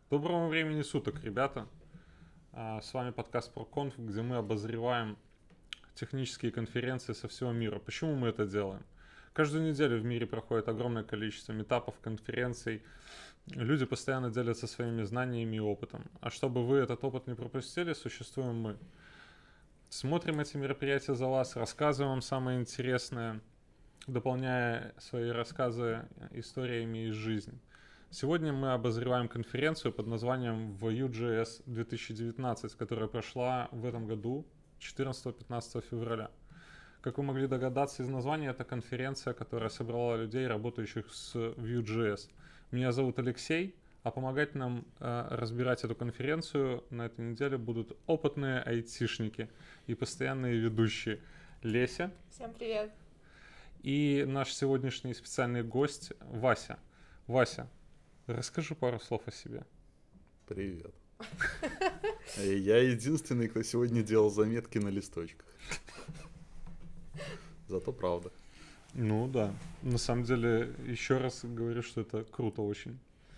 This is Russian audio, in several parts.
Доброго времени суток, ребята. С вами подкаст ProConf, где мы обозреваем технические конференции со всего мира. Почему мы это делаем? Каждую неделю в мире проходит огромное количество митапов, конференций. Люди постоянно делятся своими знаниями и опытом. А чтобы вы этот опыт не пропустили, существуем мы. Смотрим эти мероприятия за вас, рассказываем вам самое интересное, дополняя свои рассказы историями из жизни. Сегодня мы обозреваем конференцию под названием Vue.js 2019, которая прошла в этом году 14-15 февраля. Как вы могли догадаться из названия, это конференция, которая собрала людей, работающих с Vue.js. Меня зовут Алексей, а помогать нам разбирать эту конференцию на этой неделе будут опытные айтишники и постоянные ведущие Леся. Всем привет. И наш сегодняшний специальный гость Вася. Вася, расскажи пару слов о себе. Привет. Я единственный, кто сегодня делал заметки на листочках. Зато правда. Ну да, на самом деле, еще раз говорю, что это круто очень.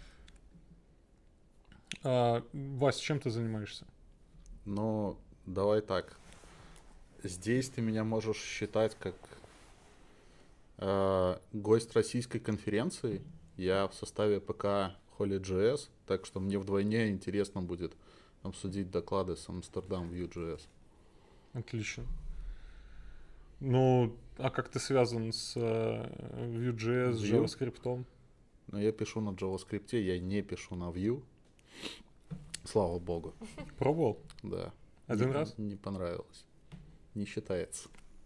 Вась, чем ты занимаешься? Ну, давай так. Здесь ты меня можешь считать как гость российской конференции. Я в составе ПК Holy.js, так что мне вдвойне интересно будет обсудить доклады с Amsterdam Vue.js. Отлично. Ну, а как ты связан с Vue.js, с JavaScript? Ну, я пишу на JavaScript, я не пишу на Vue. Слава богу. Пробовал? Да. Один раз? Не понравилось. Не считается.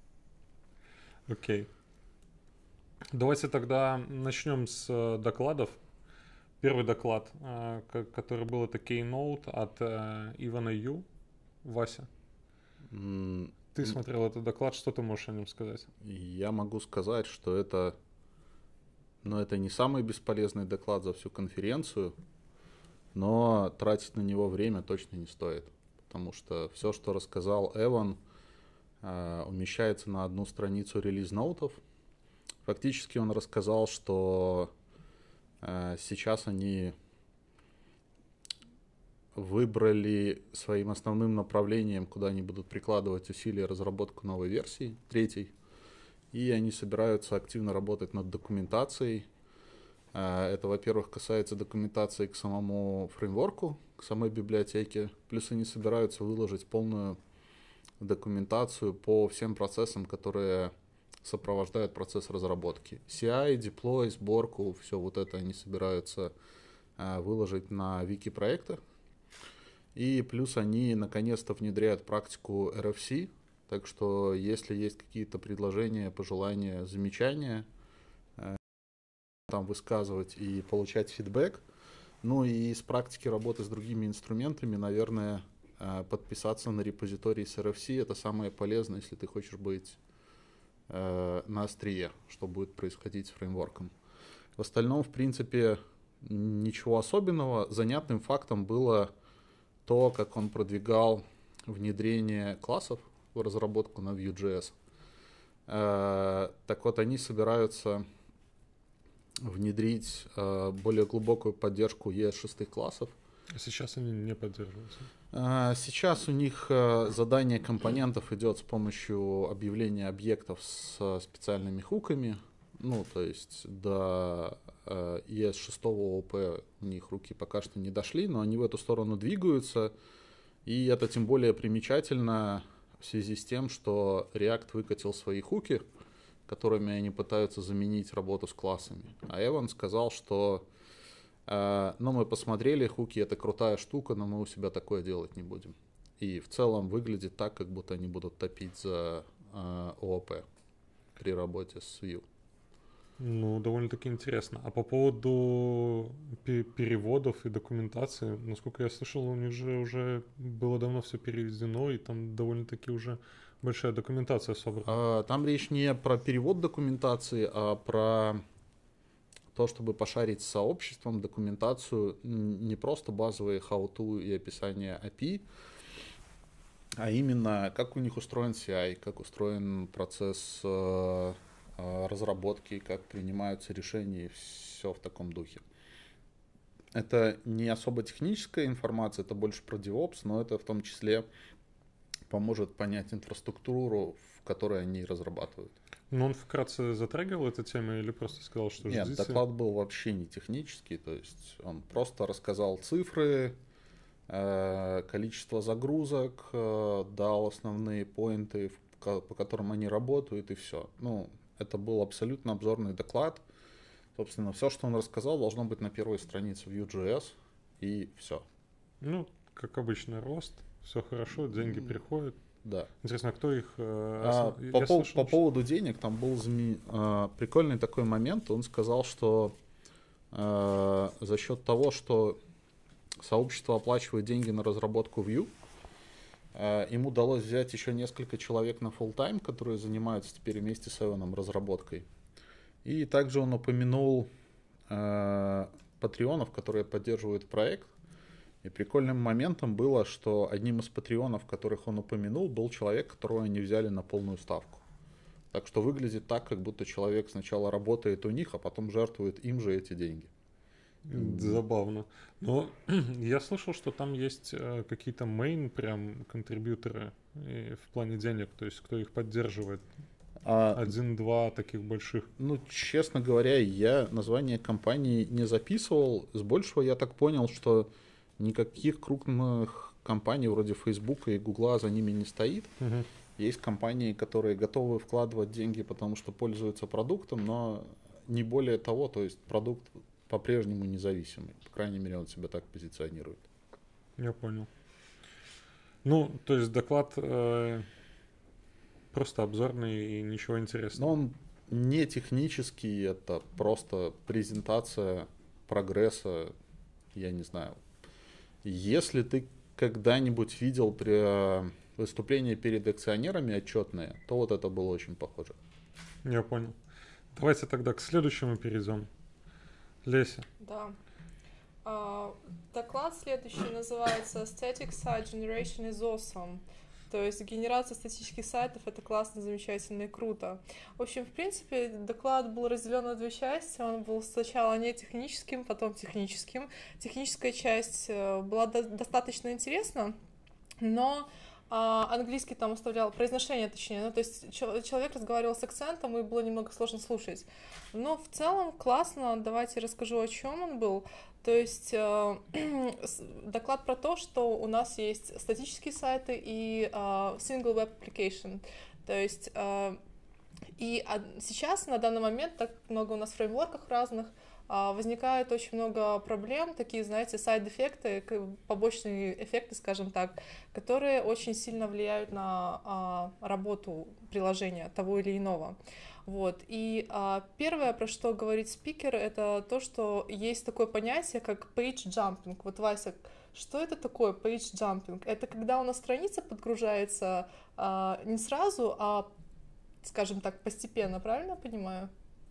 Окей. Давайте тогда начнем с докладов. Первый доклад, который был, это Keynote от Ивана Ю. Вася, ты смотрел этот доклад, что ты можешь о нем сказать? Я могу сказать, что это не самый бесполезный доклад за всю конференцию, но тратить на него время точно не стоит, потому что все, что рассказал Эван, умещается на одну страницу релиз-ноутов. Фактически он рассказал, что сейчас они выбрали своим основным направлением, куда они будут прикладывать усилия, разработку новой версии, третьей, и они собираются активно работать над документацией. Это, во-первых, касается документации к самому фреймворку, к самой библиотеке, плюс они собираются выложить полную документацию по всем процессам, которые сопровождают процесс разработки. CI, деплой, сборку, все вот это они собираются выложить на вики проекта. И плюс они наконец-то внедряют практику RFC, так что если есть какие-то предложения, пожелания, замечания, там высказывать и получать фидбэк. Ну и из практики работы с другими инструментами, наверное, подписаться на репозиторий с RFC — это самое полезное, если ты хочешь быть на острие, что будет происходить с фреймворком. В остальном, в принципе, ничего особенного. Занятным фактом было то, как он продвигал внедрение классов в разработку на Vue.js. Так вот, они собираются внедрить более глубокую поддержку ES6 классов. Сейчас они не поддерживаются. Сейчас у них задание компонентов идет с помощью объявления объектов с специальными хуками. Ну, то есть до ES6 ООП у них руки пока что не дошли, но они в эту сторону двигаются. И это тем более примечательно в связи с тем, что React выкатил свои хуки, которыми они пытаются заменить работу с классами. А Эван сказал, что мы посмотрели, хуки — это крутая штука, но мы у себя такое делать не будем. И в целом выглядит так, как будто они будут топить за ООП при работе с Vue. Ну, довольно-таки интересно. А по поводу переводов и документации, насколько я слышал, у них же уже было давно все переведено, и там довольно-таки уже большая документация собрана. Там речь не про перевод документации, а про то, чтобы пошарить с сообществом документацию, не просто базовые how-to и описание API, а именно как у них устроен CI, как устроен процесс разработки, как принимаются решения, и все в таком духе. это не особо техническая информация, это больше про DevOps, но это в том числе поможет понять инфраструктуру, в которой они разрабатывают. Но он вкратце затрагивал эту тему или просто сказал, что ждите? Нет, доклад был вообще не технический, то есть он просто рассказал цифры, количество загрузок, дал основные поинты, по которым они работают, и все. Ну, это был абсолютно обзорный доклад. Собственно, все, что он рассказал, должно быть на первой странице Vue.js, и все. Ну, как обычно, рост, все хорошо, деньги приходят. Да. Интересно, а кто их... По поводу денег, там был прикольный такой момент. Он сказал, что за счет того, что сообщество оплачивает деньги на разработку Vue, им удалось взять еще несколько человек на full-time, которые занимаются теперь вместе с Эваном разработкой. И также он упомянул патреонов, которые поддерживают проект. И прикольным моментом было, что одним из патреонов, которых он упомянул, был человек, которого они взяли на полную ставку. Так что выглядит так, как будто человек сначала работает у них, а потом жертвует им же эти деньги. Забавно. Но я слышал, что там есть какие-то main прям контрибьюторы в плане денег, то есть кто их поддерживает. Один-два таких больших. Ну, честно говоря, я название компании не записывал. С большего я так понял, что никаких крупных компаний вроде Facebook и Google за ними не стоит. Угу. Есть компании, которые готовы вкладывать деньги, потому что пользуются продуктом, но не более того, то есть продукт по-прежнему независимый. По крайней мере, он себя так позиционирует. Я понял. Ну, то есть доклад просто обзорный и ничего интересного. Но он не технический, это просто презентация прогресса, я не знаю. Если ты когда-нибудь видел выступление перед акционерами отчетные, то вот это было очень похоже. Я понял. Давайте тогда к следующему перейдем. Леся. Да. Доклад следующий называется Static Site Generation is Awesome. То есть генерация статических сайтов — это классно, замечательно и круто. В общем, в принципе, доклад был разделен на две части. Он был сначала не техническим, потом техническим. Техническая часть была достаточно интересна, но английский там оставлял, произношение точнее, ну, то есть человек разговаривал с акцентом, и было немного сложно слушать. Но в целом классно, давайте расскажу, о чем он был. То есть доклад про то, что у нас есть статические сайты и single web application. То есть и сейчас, на данный момент, так много у нас фреймворков разных, возникает очень много проблем, такие, знаете, сайд-эффекты, побочные эффекты, скажем так, которые очень сильно влияют на работу приложения того или иного. Вот. И первое, про что говорит спикер, это то, что есть такое понятие, как page jumping. Вот, Вася, что это такое page jumping? Это когда у нас страница подгружается не сразу, а, скажем так, постепенно, правильно я понимаю?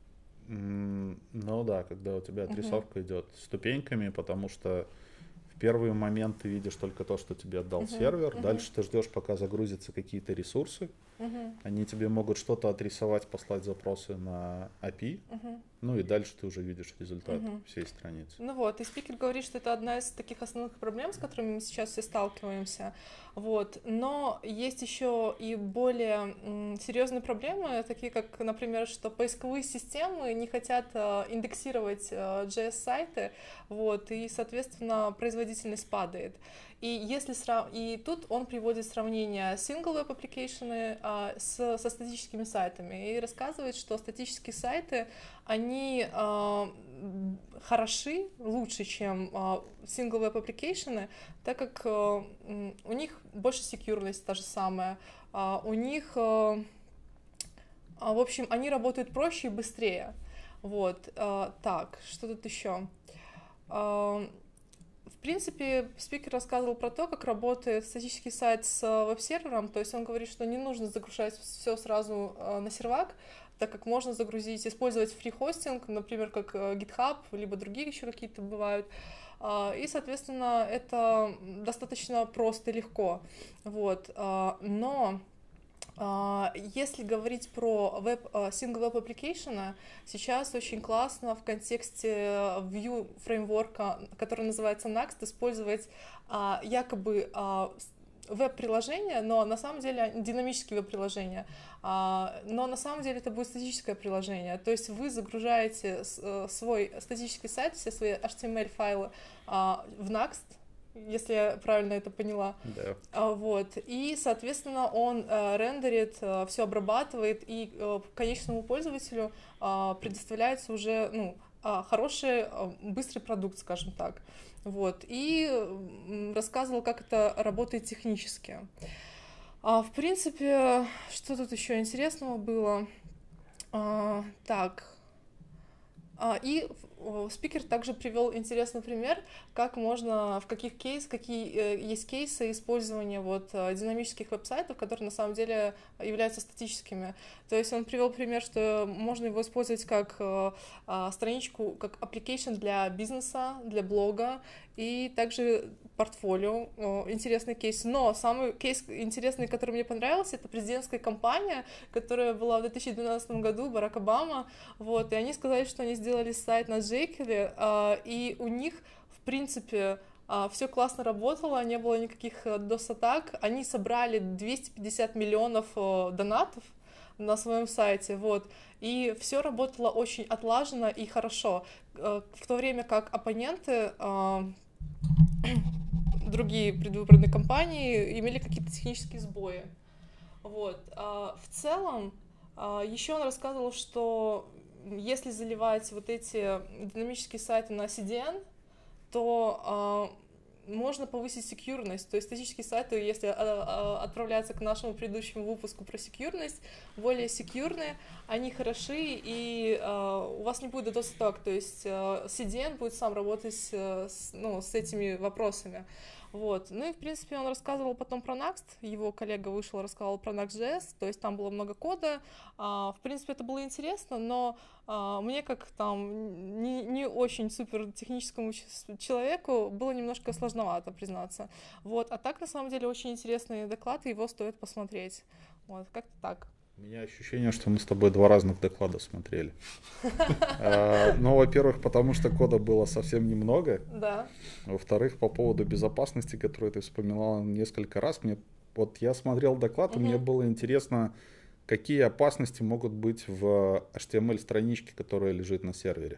Ну да, когда у тебя отрисовка идет ступеньками, потому что в первый момент ты видишь только то, что тебе отдал сервер, дальше ты ждешь, пока загрузятся какие-то ресурсы, они тебе могут что-то отрисовать, послать запросы на API, ну и дальше ты уже видишь результат всей страницы. Ну вот, и спикер говорит, что это одна из таких основных проблем, с которыми мы сейчас все сталкиваемся. Вот. Но есть еще и более серьезные проблемы, такие как, например, что поисковые системы не хотят индексировать JS-сайты, вот, и, соответственно, производительность падает. И тут он приводит сравнение single web application со статическими сайтами и рассказывает, что статические сайты, они хороши, лучше, чем single web application, так как у них больше security, та же самая, у них, в общем, они работают проще и быстрее. Вот, так, что тут еще? В принципе, спикер рассказывал про то, как работает статический сайт с веб-сервером, то есть он говорит, что не нужно загружать все сразу на сервак, так как можно загрузить, использовать фри-хостинг, например, как GitHub, либо другие еще какие-то бывают, и, соответственно, это достаточно просто и легко, вот, но Если говорить про Single Web Application, сейчас очень классно в контексте Vue фреймворка, который называется Next, использовать якобы веб-приложение, но на самом деле динамические веб-приложения, но на самом деле это будет статическое приложение, то есть вы загружаете свой статический сайт, все свои HTML-файлы в Next, если я правильно это поняла. Да. Вот. И, соответственно, он рендерит, все обрабатывает, и конечному пользователю предоставляется уже хороший, быстрый продукт, скажем так. Вот. И рассказывал, как это работает технически. В принципе, что тут еще интересного было? И спикер также привел интересный пример, как можно, какие есть кейсы использования динамических веб-сайтов, которые на самом деле являются статическими. То есть он привел пример, что можно его использовать как страничку, как application для бизнеса, для блога, и также портфолио, интересный кейс. Но самый кейс интересный, который мне понравился, это президентская кампания, которая была в 2012 году, Барак Обама, и они сказали, что они сделали сайт на Jekyll, и у них, в принципе, все классно работало, не было никаких DOS-атак, они собрали 250 миллионов донатов на своем сайте, и все работало очень отлаженно и хорошо, в то время как оппоненты, другие предвыборные кампании имели какие-то технические сбои. В целом, еще он рассказывал, что если заливать эти динамические сайты на CDN, то можно повысить секьюрность, то есть статические сайты, если отправляться к нашему предыдущему выпуску про секьюрность, более секьюрные, они хороши, и у вас не будет DDoS-атак, то есть CDN будет сам работать с этими вопросами. Ну и, в принципе, он рассказывал потом про Next, его коллега вышел, рассказал про Next.js, то есть там было много кода, в принципе, это было интересно, но мне, как там не очень супер техническому человеку, было немножко сложновато, признаться. А так, на самом деле, очень интересный доклад, и его стоит посмотреть. Как-то так. У меня ощущение, что мы с тобой два разных доклада смотрели. Во-первых, потому что кода было совсем немного. Да. Во-вторых, по поводу безопасности, которую ты вспоминала несколько раз. Я смотрел доклад, и мне было интересно, какие опасности могут быть в HTML-страничке, которая лежит на сервере.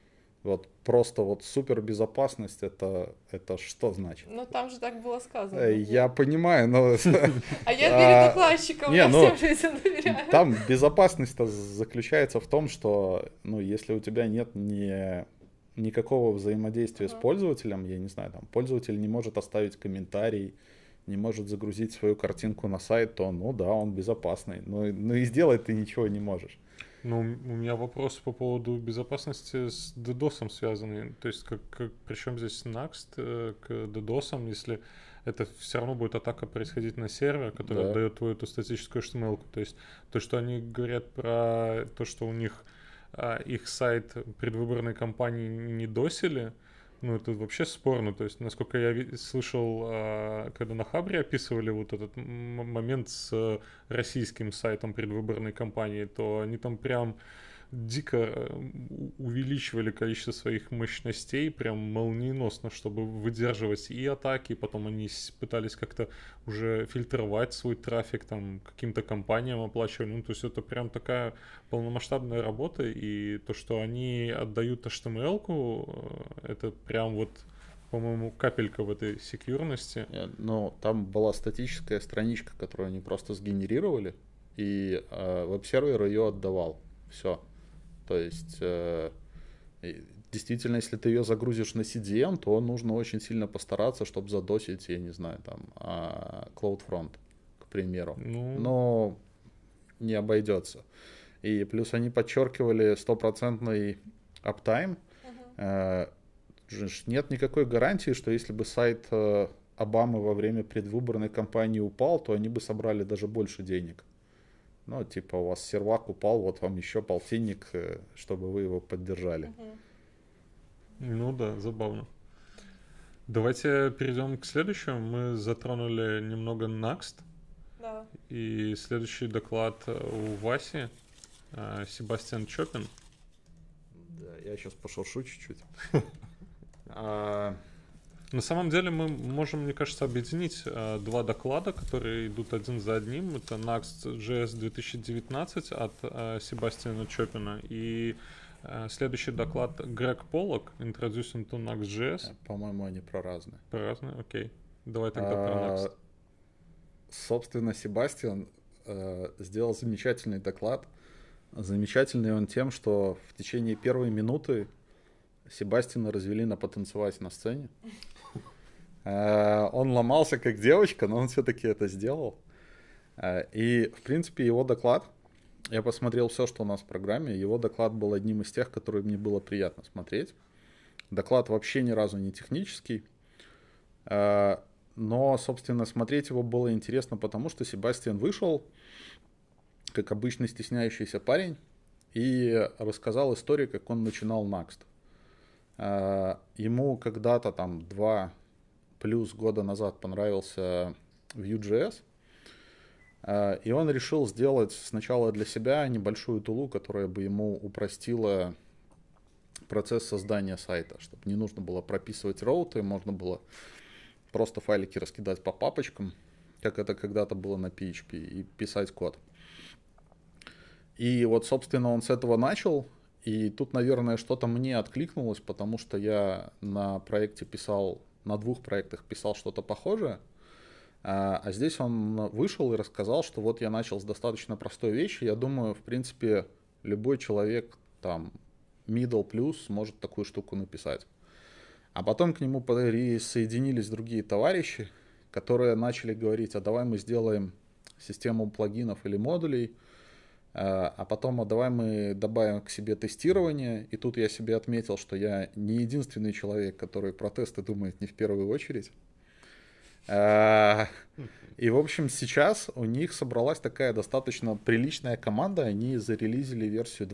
Просто супербезопасность, это что значит? Там же так было сказано. Я понимаю, но... А я верю докладчикам, я всем людям доверяю. Там безопасность-то заключается в том, что, если у тебя нет никакого взаимодействия с пользователем, я не знаю, пользователь не может оставить комментарий, не может загрузить свою картинку на сайт, то, он безопасный. Но и сделать ты ничего не можешь. У меня вопрос по поводу безопасности с DDoS связанный. То есть, причем здесь Next к DDoS, если это все равно будет атака происходить на сервер, который отдает твою эту статическую HTML-ку. То есть, то, что они говорят про то, что у них их сайт предвыборной кампании не досили, это вообще спорно. То есть, насколько я слышал, когда на Хабре описывали этот момент с российским сайтом предвыборной кампании, то они там прям дико увеличивали количество своих мощностей, прям молниеносно, чтобы выдерживать и атаки. Потом они пытались как-то уже фильтровать свой трафик, каким-то компаниям оплачивали. То есть это прям такая полномасштабная работа, и то, что они отдают HTML-ку, это прям по-моему, капелька в этой секьюрности. Там была статическая страничка, которую они просто сгенерировали, и веб-сервер ее отдавал. Все. То есть, действительно, если ты ее загрузишь на CDN, то нужно очень сильно постараться, чтобы задосить, я не знаю, CloudFront, к примеру. Но не обойдется. И плюс они подчеркивали 100% аптайм. Нет никакой гарантии, что если бы сайт Обамы во время предвыборной кампании упал, то они бы собрали даже больше денег. У вас сервак упал, вам еще полтинник, чтобы вы его поддержали. Да, забавно. Давайте перейдем к следующему. Мы затронули немного Next. Да. И следующий доклад у Васи, Себастьян Чопин. Да, я сейчас пошуршу чуть-чуть. На самом деле мы можем, мне кажется, объединить два доклада, которые идут один за одним. Это Next.js 2019 от Себастьяна Чопина и следующий доклад Грег Поллок, Introducing to Next.js. По-моему, они про разные. Про разные? Окей. Давай тогда про Next. Собственно, Себастьян сделал замечательный доклад. Замечательный он тем, что в течение первой минуты Себастьяна развели на потанцевать на сцене. Он ломался как девочка, но он все-таки это сделал. И, в принципе, его доклад, я посмотрел все, что у нас в программе, его доклад был одним из тех, которые мне было приятно смотреть. Доклад вообще ни разу не технический, но, собственно, смотреть его было интересно, потому что Себастьян вышел, как обычно стесняющийся парень, и рассказал историю, как он начинал Next. Ему когда-то там 2+ года назад понравился Vue.js, и он решил сделать сначала для себя небольшую тулу, которая бы ему упростила процесс создания сайта, чтобы не нужно было прописывать роуты, можно было просто файлики раскидать по папочкам, как это когда-то было на PHP, и писать код. И вот, собственно, он с этого начал. И тут, наверное, что-то мне откликнулось, потому что я на двух проектах писал что-то похожее. А здесь он вышел и рассказал, что вот я начал с достаточно простой вещи. Я думаю, в принципе, любой человек, там, middle плюс, может такую штуку написать. А потом к нему присоединились другие товарищи, которые начали говорить, а давай мы сделаем систему плагинов или модулей, а потом, а давай мы добавим к себе тестирование. И тут я себе отметил, что я не единственный человек, который про тесты думает не в первую очередь. И, в общем, сейчас у них собралась такая достаточно приличная команда. Они зарелизили версию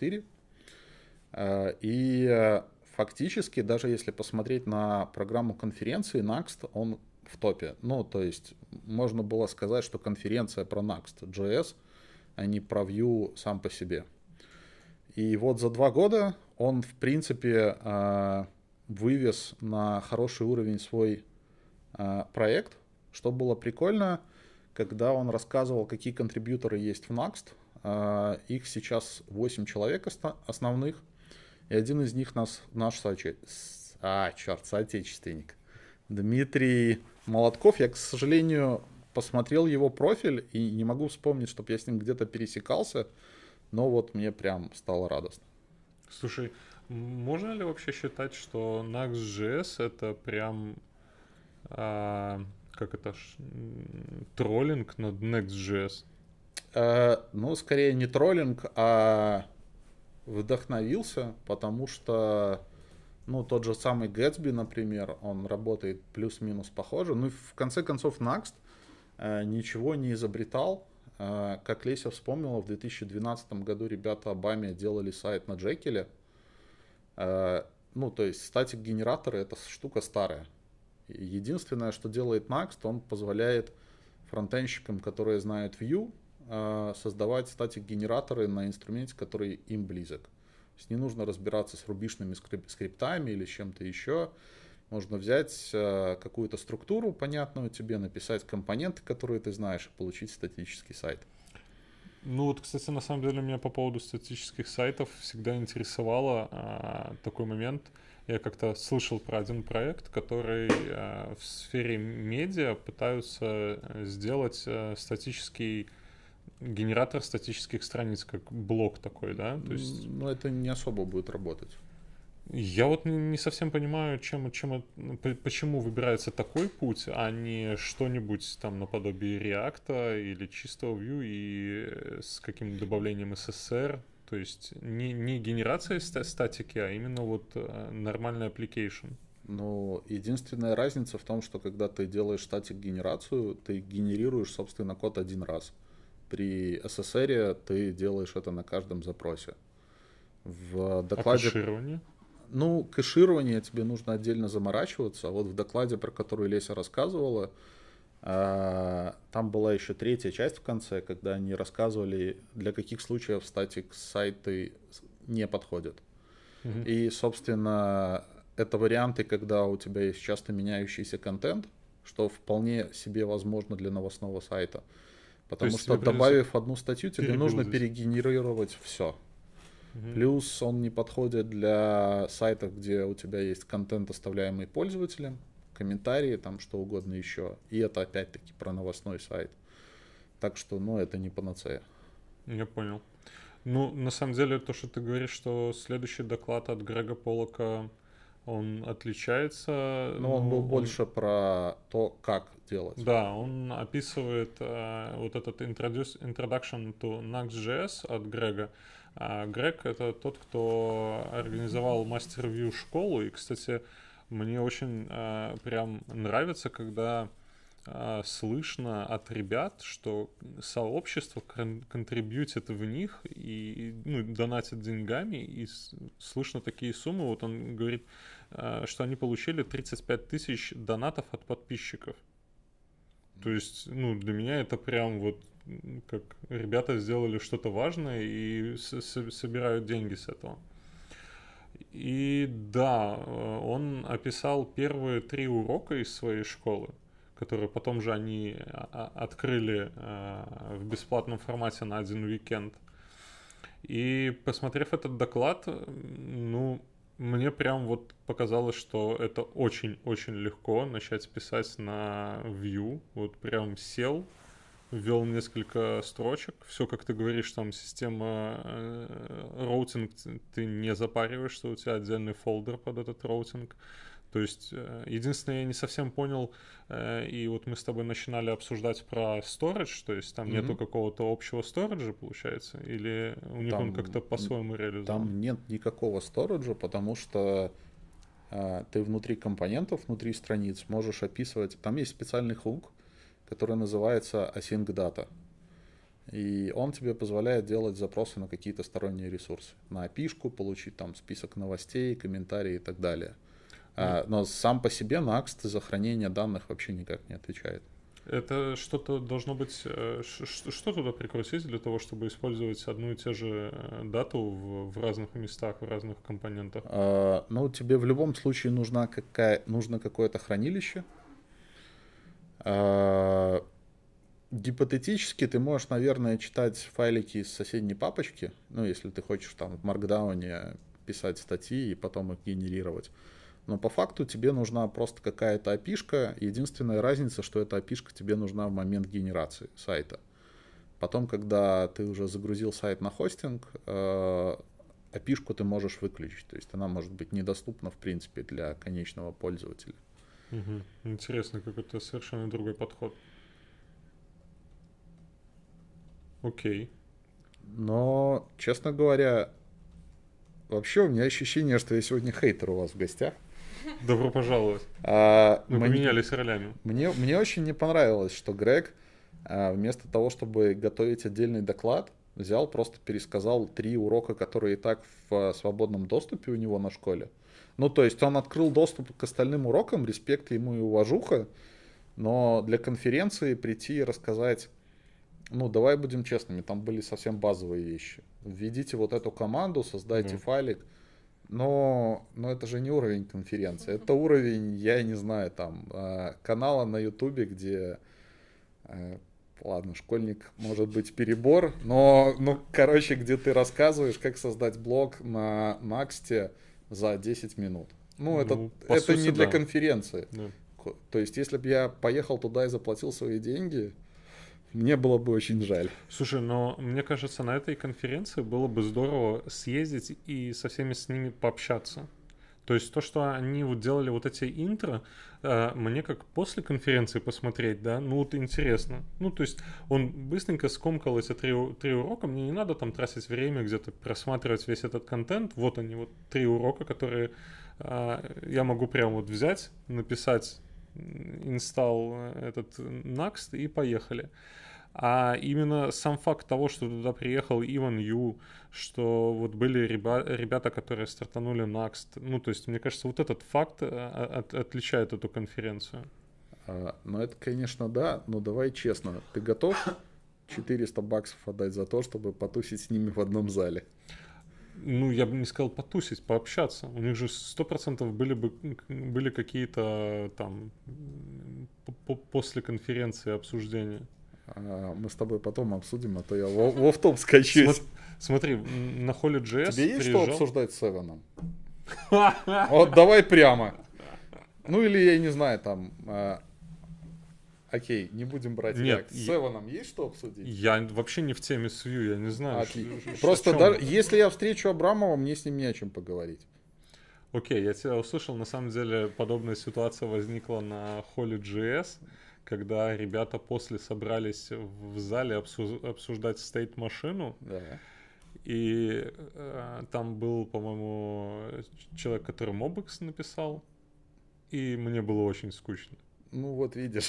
2.4. И фактически, даже если посмотреть на программу конференции, Next, он в топе. Ну, то есть, можно было сказать, что конференция про Next.js, а не про Vue сам по себе. И вот за 2 года он, в принципе, вывез на хороший уровень свой проект, что было прикольно, когда он рассказывал, какие контрибьюторы есть в Next. Их сейчас 8 человек основных, и один из них наш соотечественник. Дмитрий Молотков. Я, к сожалению, посмотрел его профиль и не могу вспомнить, чтобы я с ним где-то пересекался, но вот мне прям стало радостно. Слушай, можно ли вообще считать, что Next.js это прям троллинг над Next.js? Ну, скорее не троллинг, а вдохновился, потому что, ну, тот же самый Gatsby, например, он работает плюс-минус похоже. Ну, и в конце концов, Next ничего не изобретал. Как Леся вспомнила, в 2012 году ребята Обаме делали сайт на Jekyll. Ну, то есть статик-генераторы — это штука старая. Единственное, что делает Next, он позволяет фронтенщикам, которые знают Vue, создавать статик-генераторы на инструменте, который им близок. То есть не нужно разбираться с рубишными скриптами или чем-то еще. Можно взять какую-то структуру, понятную тебе, написать компоненты, которые ты знаешь, и получить статический сайт. Ну вот, кстати, на самом деле меня по поводу статических сайтов всегда интересовало такой момент. Я как-то слышал про один проект, который в сфере медиа пытаются сделать статический генератор статических страниц, как блок такой, да? То есть... Ну, это не особо будет работать. Я вот не совсем понимаю, почему выбирается такой путь, а не что-нибудь там наподобие React или чистого Vue и с каким-то добавлением SSR. То есть не генерация статики, а именно вот нормальный application. Ну, единственная разница в том, что когда ты делаешь статик-генерацию, ты генерируешь, собственно, код один раз. При SSR ты делаешь это на каждом запросе. В докладе... А кэширование? Ну, кэширование тебе нужно отдельно заморачиваться. А вот в докладе, про который Леся рассказывала, Там была еще третья часть в конце, когда они рассказывали, для каких случаев статик сайты не подходят. И, собственно, это варианты, когда у тебя есть часто меняющийся контент, что вполне себе возможно для новостного сайта. Потому что, добавив одну статью, тебе нужно перегенерировать все. Плюс он не подходит для сайтов, где у тебя есть контент, оставляемый пользователем, комментарии, там что угодно еще. И это опять-таки про новостной сайт. Так что, это не панацея. Я понял. Ну, на самом деле, то, что ты говоришь, что следующий доклад от Грега Поллока, он отличается. Он был больше про то, как делать. Да, он описывает вот этот Introduction to Nuxt.js от Грега. Грег — это тот, кто организовал MasterView школу. И, кстати, мне очень прям нравится, когда слышно от ребят, что сообщество контрибьютит в них и донатит деньгами, и слышно такие суммы. Вот он говорит, что они получили 35 тысяч донатов от подписчиков. То есть, для меня это прям вот как ребята сделали что-то важное и собирают деньги с этого. И да, он описал первые 3 урока из своей школы, которые потом же они открыли в бесплатном формате на один уикенд. И посмотрев этот доклад, мне прям вот показалось, что это очень-очень легко начать писать на Vue. Вот прям сел, ввел несколько строчек. Все, как ты говоришь, там система роутинг, ты не запариваешь, что у тебя отдельный фолдер под этот роутинг. То есть, единственное, я не совсем понял, и вот мы с тобой начинали обсуждать про storage, то есть там нету какого-то общего сториджа, получается, или у них он как-то по-своему реализован? Там нет никакого сториджа, потому что ты внутри компонентов, внутри страниц можешь описывать, там есть специальный хук, который называется async data. И он тебе позволяет делать запросы на какие-то сторонние ресурсы. На API-шку, получить там список новостей, комментарии и так далее. Но сам по себе Nuxt за хранение данных вообще никак не отвечает. Это что-то должно быть... Что туда прикрутить для того, чтобы использовать одну и те же дату в разных местах, в разных компонентах? Тебе в любом случае нужно какое-то хранилище. Гипотетически ты можешь, наверное, читать файлики из соседней папочки, если ты хочешь там в Markdown писать статьи и потом их генерировать. Но по факту тебе нужна просто какая-то API-шка. Единственная разница, что эта API-шка тебе нужна в момент генерации сайта. Потом, когда ты уже загрузил сайт на хостинг, API-шку ты можешь выключить. То есть она может быть недоступна, в принципе, для конечного пользователя. Интересно, какой-то совершенно другой подход. Окей. Но, честно говоря, вообще у меня ощущение, что я сегодня хейтер у вас в гостях. Добро пожаловать. Мы поменялись ролями. Мне очень не понравилось, что Грег вместо того, чтобы готовить отдельный доклад, взял, просто пересказал 3 урока, которые и так в свободном доступе у него на школе. То есть он открыл доступ к остальным урокам, респект ему и уважуха, но для конференции прийти и рассказать, давай будем честными, там были совсем базовые вещи. Введите вот эту команду, создайте файлик. Но это же не уровень конференции, это уровень, я не знаю, там, канала на Ютубе, где, ладно, школьник может быть перебор, но, где ты рассказываешь, как создать блог на Nuxt за 10 минут. Это не для конференции. Да. То есть, если бы я поехал туда и заплатил свои деньги, мне было бы очень жаль. Слушай, но мне кажется, на этой конференции было бы здорово съездить и со всеми с ними пообщаться. То есть то, что они вот делали вот эти интро, мне как после конференции посмотреть, да, интересно. То есть он быстренько скомкал эти 3 урока, мне не надо там тратить время где-то просматривать весь этот контент. Вот они, вот 3 урока, которые я могу прям вот взять, написать инсталл этот Nuxt и поехали. А именно сам факт того, что туда приехал Иван Ю, что вот были ребята, которые стартанули Nuxt, то есть, мне кажется, вот этот факт отличает эту конференцию. Ну, это, конечно, да, но давай честно. Ты готов $400 отдать за то, чтобы потусить с ними в одном зале? Ну, я бы не сказал потусить, пообщаться. У них же 100% были какие-то там после конференции обсуждения. Мы с тобой потом обсудим, а то я в офф-топ скачусь. Смотри, на Holy.js Тебе есть приезжал... что обсуждать с Севеном? Вот давай прямо. Ну или я не знаю, там... Окей, не будем брать Нет, React. С Севеном есть что обсудить? Я вообще не в теме с Vue, я не знаю. Просто даже, если я встречу Абрамова, мне с ним не о чем поговорить. Окей, я тебя услышал. На самом деле подобная ситуация возникла на Holy.js, когда ребята после собрались в зале обсуждать стейт-машину. Да. И там был, по-моему, человек, который Mobix написал. И мне было очень скучно. Ну вот видишь.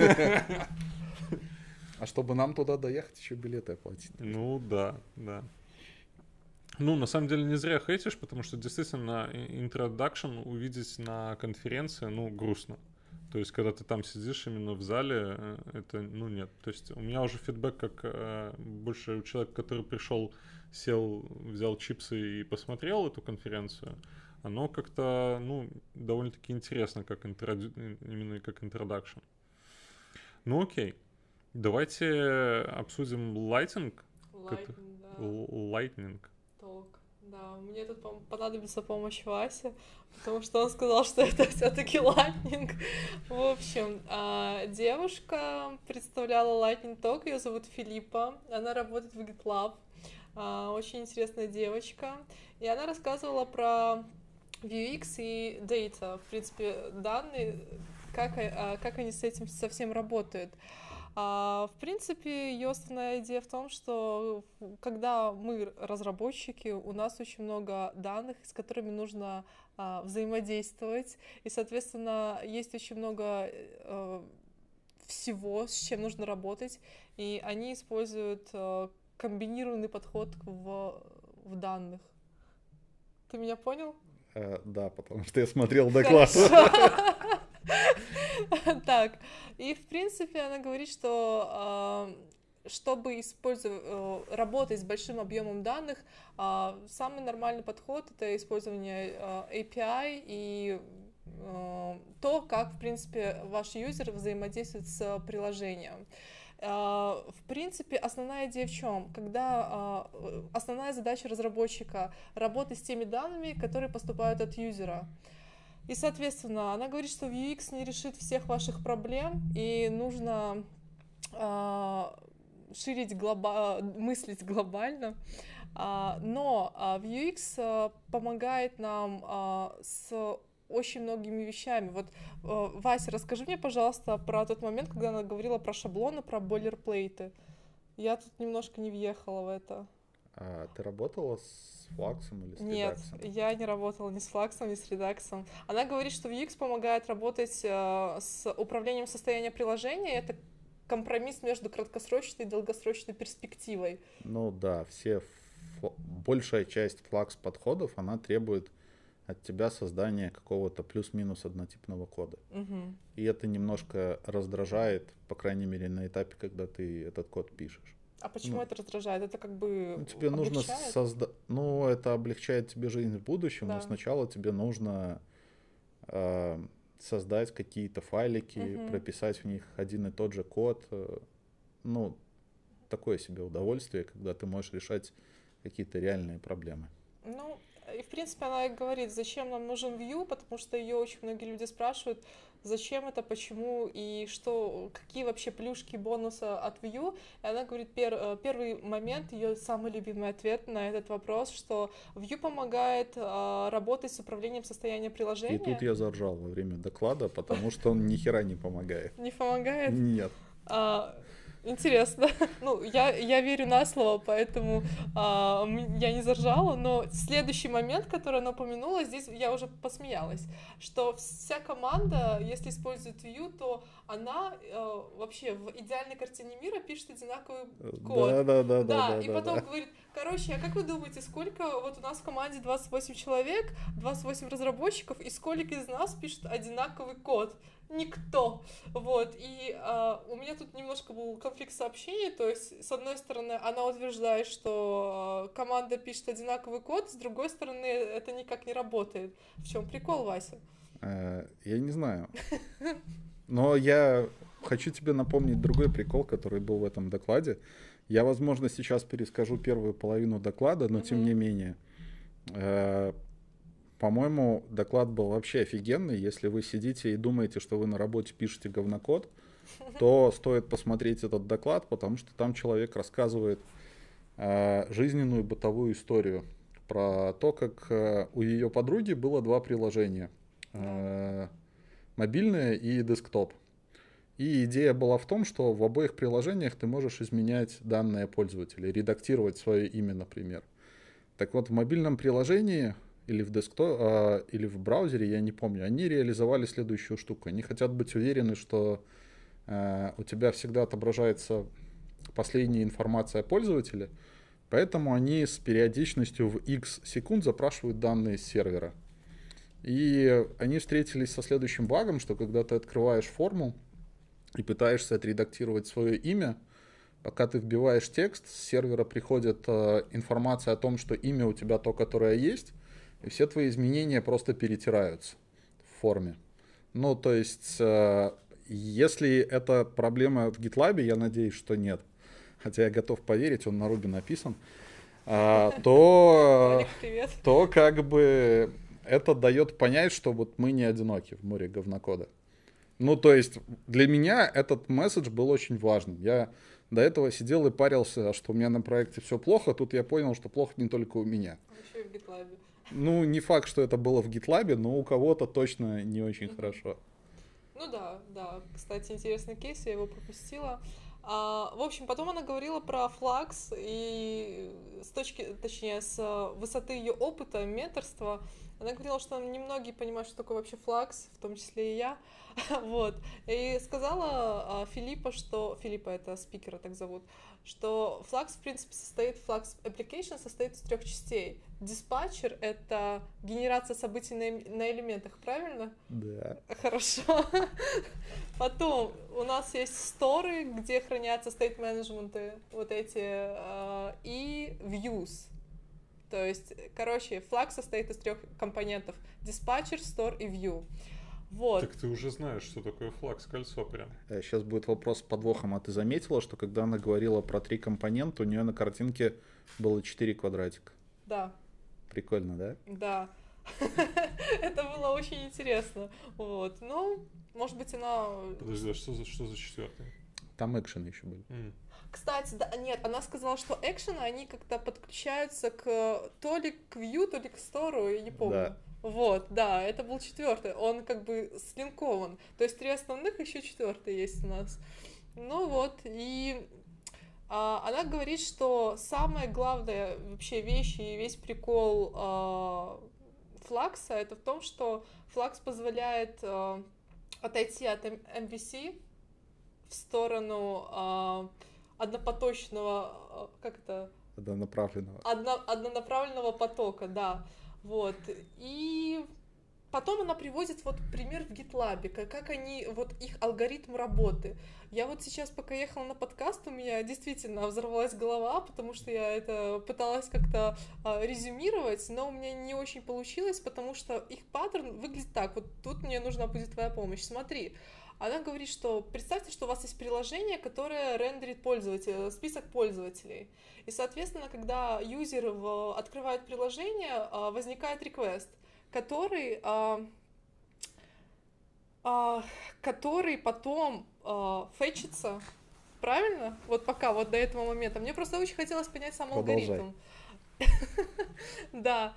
А чтобы нам туда доехать, еще билеты оплатить. Ну да. Ну, на самом деле, не зря хейтишь, потому что действительно introduction увидеть на конференции, ну, грустно. То есть, когда ты там сидишь именно в зале, это, ну, нет. То есть, у меня уже фидбэк, как больше у человека, который пришел, сел, взял чипсы и посмотрел эту конференцию, оно как-то, ну, довольно-таки интересно, как именно как introduction. Ну, окей. Давайте обсудим Lightning. Lightning. Да, мне тут понадобится помощь Васи, потому что он сказал, что это все-таки Lightning. В общем, девушка представляла Lightning Talk, ее зовут Филиппа, она работает в GitLab, очень интересная девочка, и она рассказывала про Vuex и Data, в принципе, данные, как они с этим совсем работают. В принципе, ее основная идея в том, что когда мы разработчики, у нас очень много данных, с которыми нужно взаимодействовать, и, соответственно, есть очень много всего, с чем нужно работать, и они используют комбинированный подход в данных. Ты меня понял? Да, потому что я смотрел доклад. Так, и в принципе она говорит, что чтобы работать с большим объемом данных, самый нормальный подход — это использование API и то, как, в принципе, ваш юзер взаимодействует с приложением. В принципе, основная идея в чем? Когда основная задача разработчика — работать с теми данными, которые поступают от юзера. И, соответственно, она говорит, что Vuex не решит всех ваших проблем, и нужно мыслить глобально. Но Vuex помогает нам с очень многими вещами. Вот, Вася, расскажи мне, пожалуйста, про тот момент, когда она говорила про шаблоны, про бойлерплейты. Я тут немножко не въехала в это. Ты работала с Флаксом или с Redux? Нет, я не работала ни с Флаксом, ни с Redux. Она говорит, что Vuex помогает работать с управлением состояния приложения. Это компромисс между краткосрочной и долгосрочной перспективой. Ну да, большая часть Flux подходов, она требует от тебя создания какого-то плюс-минус однотипного кода. Угу. И это немножко раздражает, по крайней мере, на этапе, когда ты этот код пишешь. А почему это раздражает? Это как бы тебе нужно создать... Ну, это облегчает тебе жизнь в будущем, да. Но сначала тебе нужно создать какие-то файлики, прописать в них один и тот же код. Ну, такое себе удовольствие, когда ты можешь решать какие-то реальные проблемы. Ну, и в принципе она и говорит, зачем нам нужен Vue, потому что ее очень многие люди спрашивают, зачем это, почему и что, какие вообще плюшки, бонусы от Vue. И она говорит, первый момент, ее самый любимый ответ на этот вопрос, что Vue помогает работать с управлением состоянием приложения. И тут я заржал во время доклада, потому что он ни хера не помогает. Не помогает? Нет. Интересно. Ну, я верю на слово, поэтому я не заржала, но следующий момент, который она упомянула, здесь я уже посмеялась, что вся команда, если использует Vue, то она вообще в идеальной картине мира пишет одинаковый код. Да, и потом говорит, короче, а как вы думаете, сколько вот у нас в команде 28 человек, 28 разработчиков, и сколько из нас пишет одинаковый код? никто. Вот, и у меня тут немножко был конфликт сообщений, то есть, с одной стороны, она утверждает, что команда пишет одинаковый код, с другой стороны, это никак не работает. В чем прикол, Вася? Я не знаю. Но я хочу тебе напомнить другой прикол, который был в этом докладе. Я, возможно, сейчас перескажу первую половину доклада, но тем не менее. По-моему, доклад был вообще офигенный. Если вы сидите и думаете, что вы на работе пишете говнокод, то стоит посмотреть этот доклад, потому что там человек рассказывает жизненную бытовую историю про то, как у ее подруги было 2 приложения. Мобильное и десктоп. И идея была в том, что в обоих приложениях ты можешь изменять данные пользователя, редактировать свое имя, например. Так вот, в мобильном приложении или в десктоп, или в браузере, я не помню, они реализовали следующую штуку. Они хотят быть уверены, что у тебя всегда отображается последняя информация о пользователе, поэтому они с периодичностью в X секунд запрашивают данные с сервера. И они встретились со следующим багом, что когда ты открываешь форму и пытаешься отредактировать свое имя, пока ты вбиваешь текст, с сервера приходит информация о том, что имя у тебя то, которое есть, и все твои изменения просто перетираются в форме. Ну, то есть, если это проблема в GitLab, я надеюсь, что нет, хотя я готов поверить, он на Ruby написан, то как бы это дает понять, что вот мы не одиноки в море говнокода. Ну, то есть, для меня этот месседж был очень важным. Я до этого сидел и парился, что у меня на проекте все плохо, тут я понял, что плохо не только у меня. Еще и в GitLab. Ну, не факт, что это было в GitLab, но у кого-то точно не очень хорошо. Ну да. Кстати, интересный кейс, я его пропустила. В общем, потом она говорила про Flux, и с высоты ее опыта, менторства, она говорила, что немногие понимают, что такое вообще Flux, в том числе и я. Вот. И сказала Филиппа, это спикера так зовут, что Flux, в принципе, Flux Application состоит из 3 частей. Диспатчер — это генерация событий на элементах, правильно? Да. Хорошо. Потом у нас есть сторы, где хранятся state-менеджменты, вот эти, и views. То есть, Flux состоит из 3 компонентов: диспатчер, store и view. Вот. Так ты уже знаешь, что такое Flux кольцо прям. Сейчас будет вопрос с подвохом. А ты заметила, что когда она говорила про 3 компонента, у нее на картинке было 4 квадратика? Да. Прикольно, да? Да. Это было очень интересно. Вот. Ну, может быть, она... Подожди, а что за 4? Там экшены еще были. Кстати, да, нет, она сказала, что экшены, они как-то подключаются то ли к view, то ли к стору, я не помню. Да. Вот, да, это был 4. Он как бы слинкован. То есть 3 основных, еще 4 есть у нас. Ну вот, и она говорит, что самая главная вообще вещь и весь прикол Flux это в том, что Flux позволяет отойти от MVC в сторону однопоточного, однонаправленного потока, да. Вот. И потом она приводит вот пример в GitLab, как они, вот их алгоритм работы. Я вот сейчас, пока ехала на подкаст, у меня действительно взорвалась голова, потому что я это пыталась как-то резюмировать, но у меня не очень получилось, потому что их паттерн выглядит так. Вот тут мне нужна будет твоя помощь. Смотри. Она говорит, что представьте, что у вас есть приложение, которое рендерит список пользователей. И, соответственно, когда юзер открывает приложение, возникает request, который потом фетчится. Правильно? Вот пока, вот до этого момента. Мне просто очень хотелось понять сам алгоритм. Да,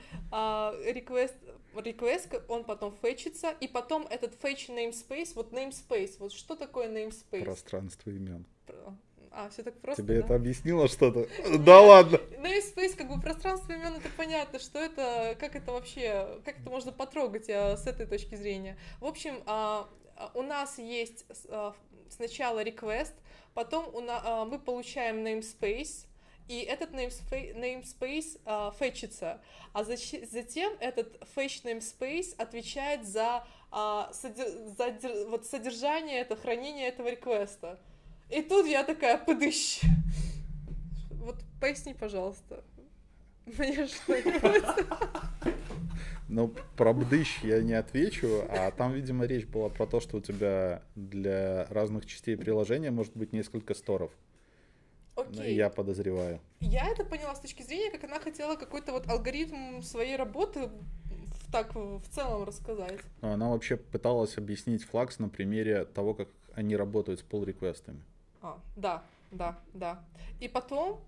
request, он потом фетчится, и потом этот fetch namespace, вот что такое namespace? Пространство имен. Все так просто, Тебе да? это объяснило что-то? Да ладно! Namespace, как бы пространство имен, это понятно, что это, как это можно потрогать с этой точки зрения. В общем, у нас есть сначала request, потом мы получаем namespace, и этот namespace фетчится, а затем этот fetch namespace отвечает за вот содержание, это хранение этого реквеста. И тут я такая, подыщ. Вот поясни, пожалуйста. Мне что-нибудь. Ну, про бдыщ я не отвечу, а там, видимо, речь была про то, что у тебя для разных частей приложения может быть несколько сторов. Окей. Я подозреваю. Я это поняла с точки зрения, как она хотела какой-то вот алгоритм своей работы так в целом рассказать. Но она вообще пыталась объяснить Flux на примере того, как они работают с pull-реквестами. Да. И потом,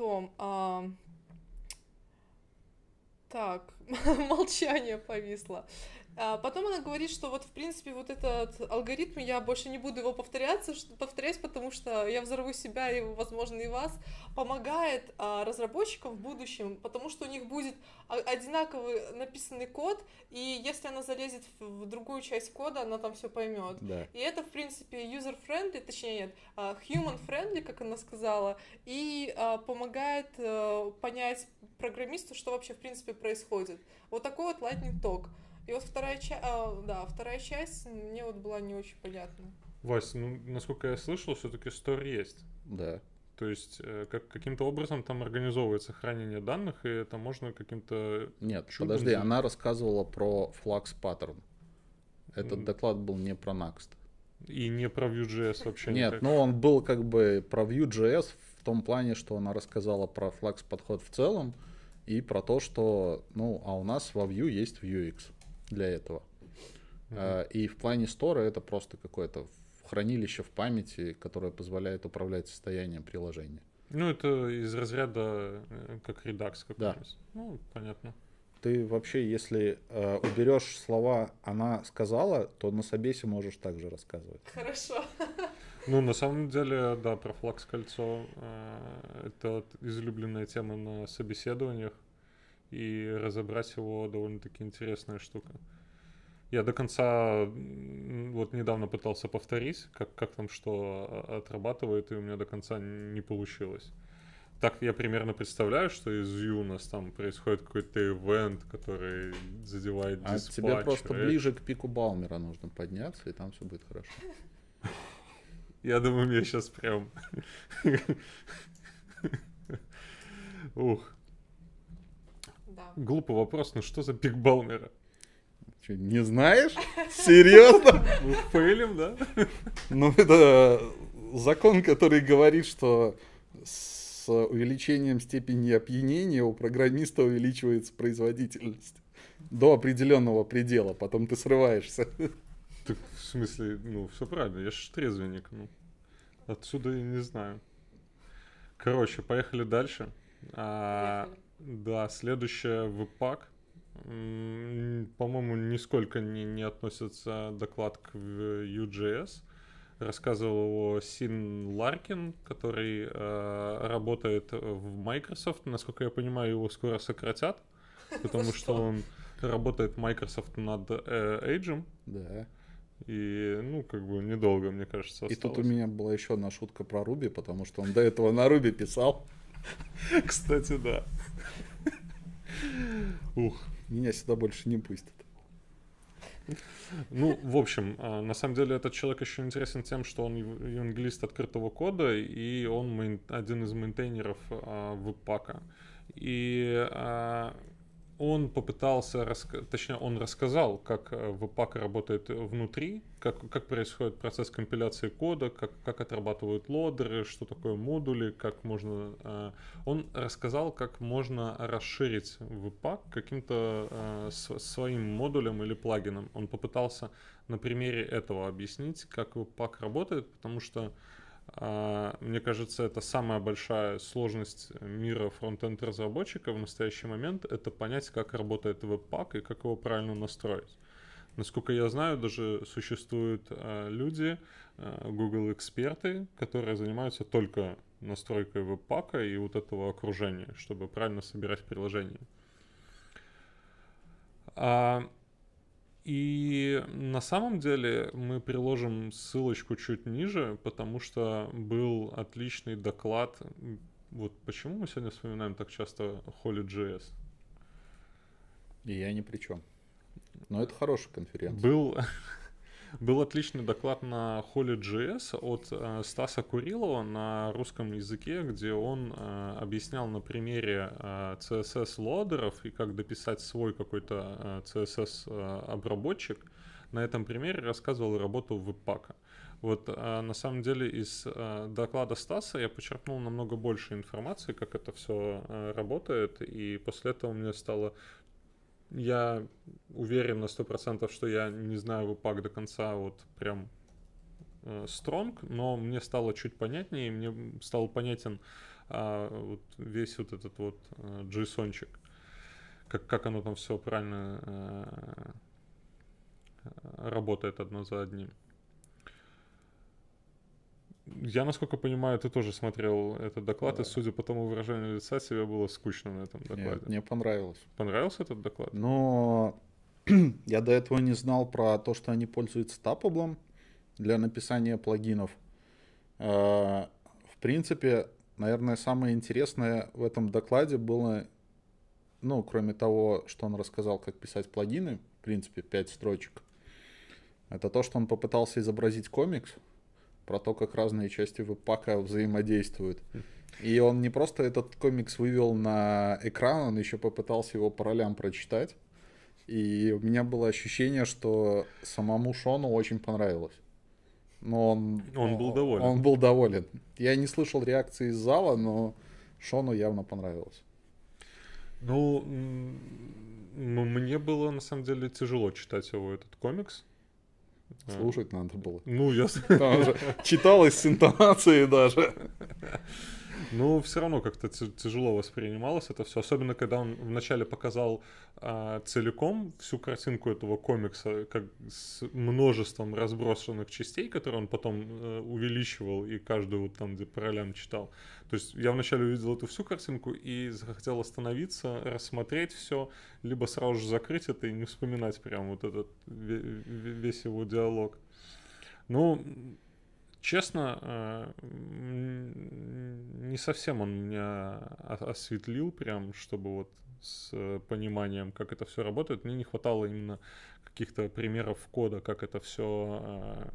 так, молчание повисло. Потом она говорит, что вот, в принципе, вот этот алгоритм, я больше не буду его повторять, потому что я взорву себя и, возможно, и вас, помогает разработчикам в будущем, потому что у них будет одинаковый написанный код, и если она залезет в другую часть кода, она там все поймет. Да. И это, в принципе, user-friendly, точнее нет, human-friendly, как она сказала, и помогает понять программисту, что вообще, в принципе, происходит. Вот такой вот lightning talk. И вот вторая часть мне вот была не очень понятна. Вась, ну, насколько я слышал, все-таки Store есть. Да. То есть каким-то образом там организовывается хранение данных, и это можно каким-то... Нет, подожди, она рассказывала про Flux Pattern. Этот доклад был не про Next. И не про Vue.js вообще Нет, никак. но он был как бы про Vue.js в том плане, что она рассказала про Flux подход в целом и про то, что, у нас во Vue есть Vuex для этого. И в плане Store это просто какое-то хранилище в памяти, которое позволяет управлять состоянием приложения. Ну, это из разряда как Redux какой-нибудь. Да. Ну, понятно. Ты вообще, если уберешь слова «она сказала», то на собесе можешь также рассказывать. Хорошо. Ну, на самом деле, да, про Flux кольцо это излюбленная тема на собеседованиях, и разобрать его довольно-таки интересная штука. Я до конца вот недавно пытался повторить, как там что отрабатывает, и у меня до конца не получилось. Так я примерно представляю, что из Vue у нас там происходит какой-то ивент, который задевает диспатч. Тебе просто ближе к пику Балмера нужно подняться, и там все будет хорошо. Я думаю, мне сейчас прям... Ух. Да. Глупый вопрос, но что за пик Балмера? Что, не знаешь? Серьезно? Мы фейлим, да? Ну, это закон, который говорит, что с увеличением степени опьянения у программиста увеличивается производительность до определенного предела, потом ты срываешься. Так, в смысле, все правильно, я же трезвенник, отсюда я не знаю. Короче, поехали дальше. Да, следующее Webpack. По-моему, нисколько не относится доклад к Vue.js. Рассказывал его Син Ларкин, который работает в Microsoft. Насколько я понимаю, его скоро сократят, потому что он работает в Microsoft над Edge. Да. И, недолго, мне кажется, осталось. И тут у меня была еще одна шутка про Ruby, потому что он до этого на Ruby писал. Кстати, да. Ух. Меня сюда больше не пустят. Ну, в общем, на самом деле этот человек еще интересен тем, что он евангелист открытого кода, и он один из мейнтейнеров Webpack. И он попытался, точнее, он рассказал, как Webpack работает внутри, как происходит процесс компиляции кода, как отрабатывают лодеры, что такое модули, как можно... Он рассказал, как можно расширить Webpack каким-то своим модулем или плагином. Он попытался на примере этого объяснить, как Webpack работает, потому что мне кажется, это самая большая сложность мира фронт-энд разработчика в настоящий момент, это понять, как работает Webpack и как его правильно настроить. Насколько я знаю, даже существуют люди, Google-эксперты, которые занимаются только настройкой Webpack и вот этого окружения, чтобы правильно собирать приложение. И на самом деле мы приложим ссылочку чуть ниже, потому что был отличный доклад. Вот почему мы сегодня вспоминаем так часто Holy.js? И я ни при чем. Но это хорошая конференция. Был отличный доклад на Holy.js от Стаса Курилова на русском языке, где он объяснял на примере CSS-лодеров и как дописать свой какой-то CSS-обработчик. На этом примере рассказывал работу веб-пака. Вот на самом деле из доклада Стаса я почерпнул намного больше информации, как это все работает, и после этого мне стало... Я уверен на 100%, что я не знаю веб-пак до конца вот прям стронг, но мне стало чуть понятнее, мне стал понятен вот весь вот этот вот JSON-чик, как оно там все правильно работает одно за одним. Я, насколько понимаю, ты тоже смотрел этот доклад, Да. и судя по тому выражению лица, тебе было скучно на этом докладе. Нет, мне понравилось. Понравился этот доклад? Но я до этого не знал про то, что они пользуются Tappable для написания плагинов. В принципе, наверное, самое интересное в этом докладе было, ну, кроме того, что он рассказал, как писать плагины, в принципе, 5 строчек, это то, что он попытался изобразить комикс про то, как разные части веб-пака взаимодействуют. И он не просто этот комикс вывел на экран, он еще попытался его по ролям прочитать. И у меня было ощущение, что самому Шону очень понравилось. Но Он был доволен. Он был доволен. Я не слышал реакции из зала, но Шону явно понравилось. Ну, мне было на самом деле тяжело читать его этот комикс. Слушать надо было. Ну, я... Там же читалось с интонацией даже. Ну, все равно как-то тяжело воспринималось это все. Особенно, когда он вначале показал целиком всю картинку этого комикса, как с множеством разбросанных частей, которые он потом увеличивал и каждую вот там, где по ролям читал. То есть я вначале увидел эту всю картинку и захотел остановиться, рассмотреть все, либо сразу же закрыть это и не вспоминать прям вот этот весь его диалог. Ну... Честно, не совсем он меня осветлил прям, чтобы вот с пониманием, как это все работает. Мне не хватало именно каких-то примеров кода, как это все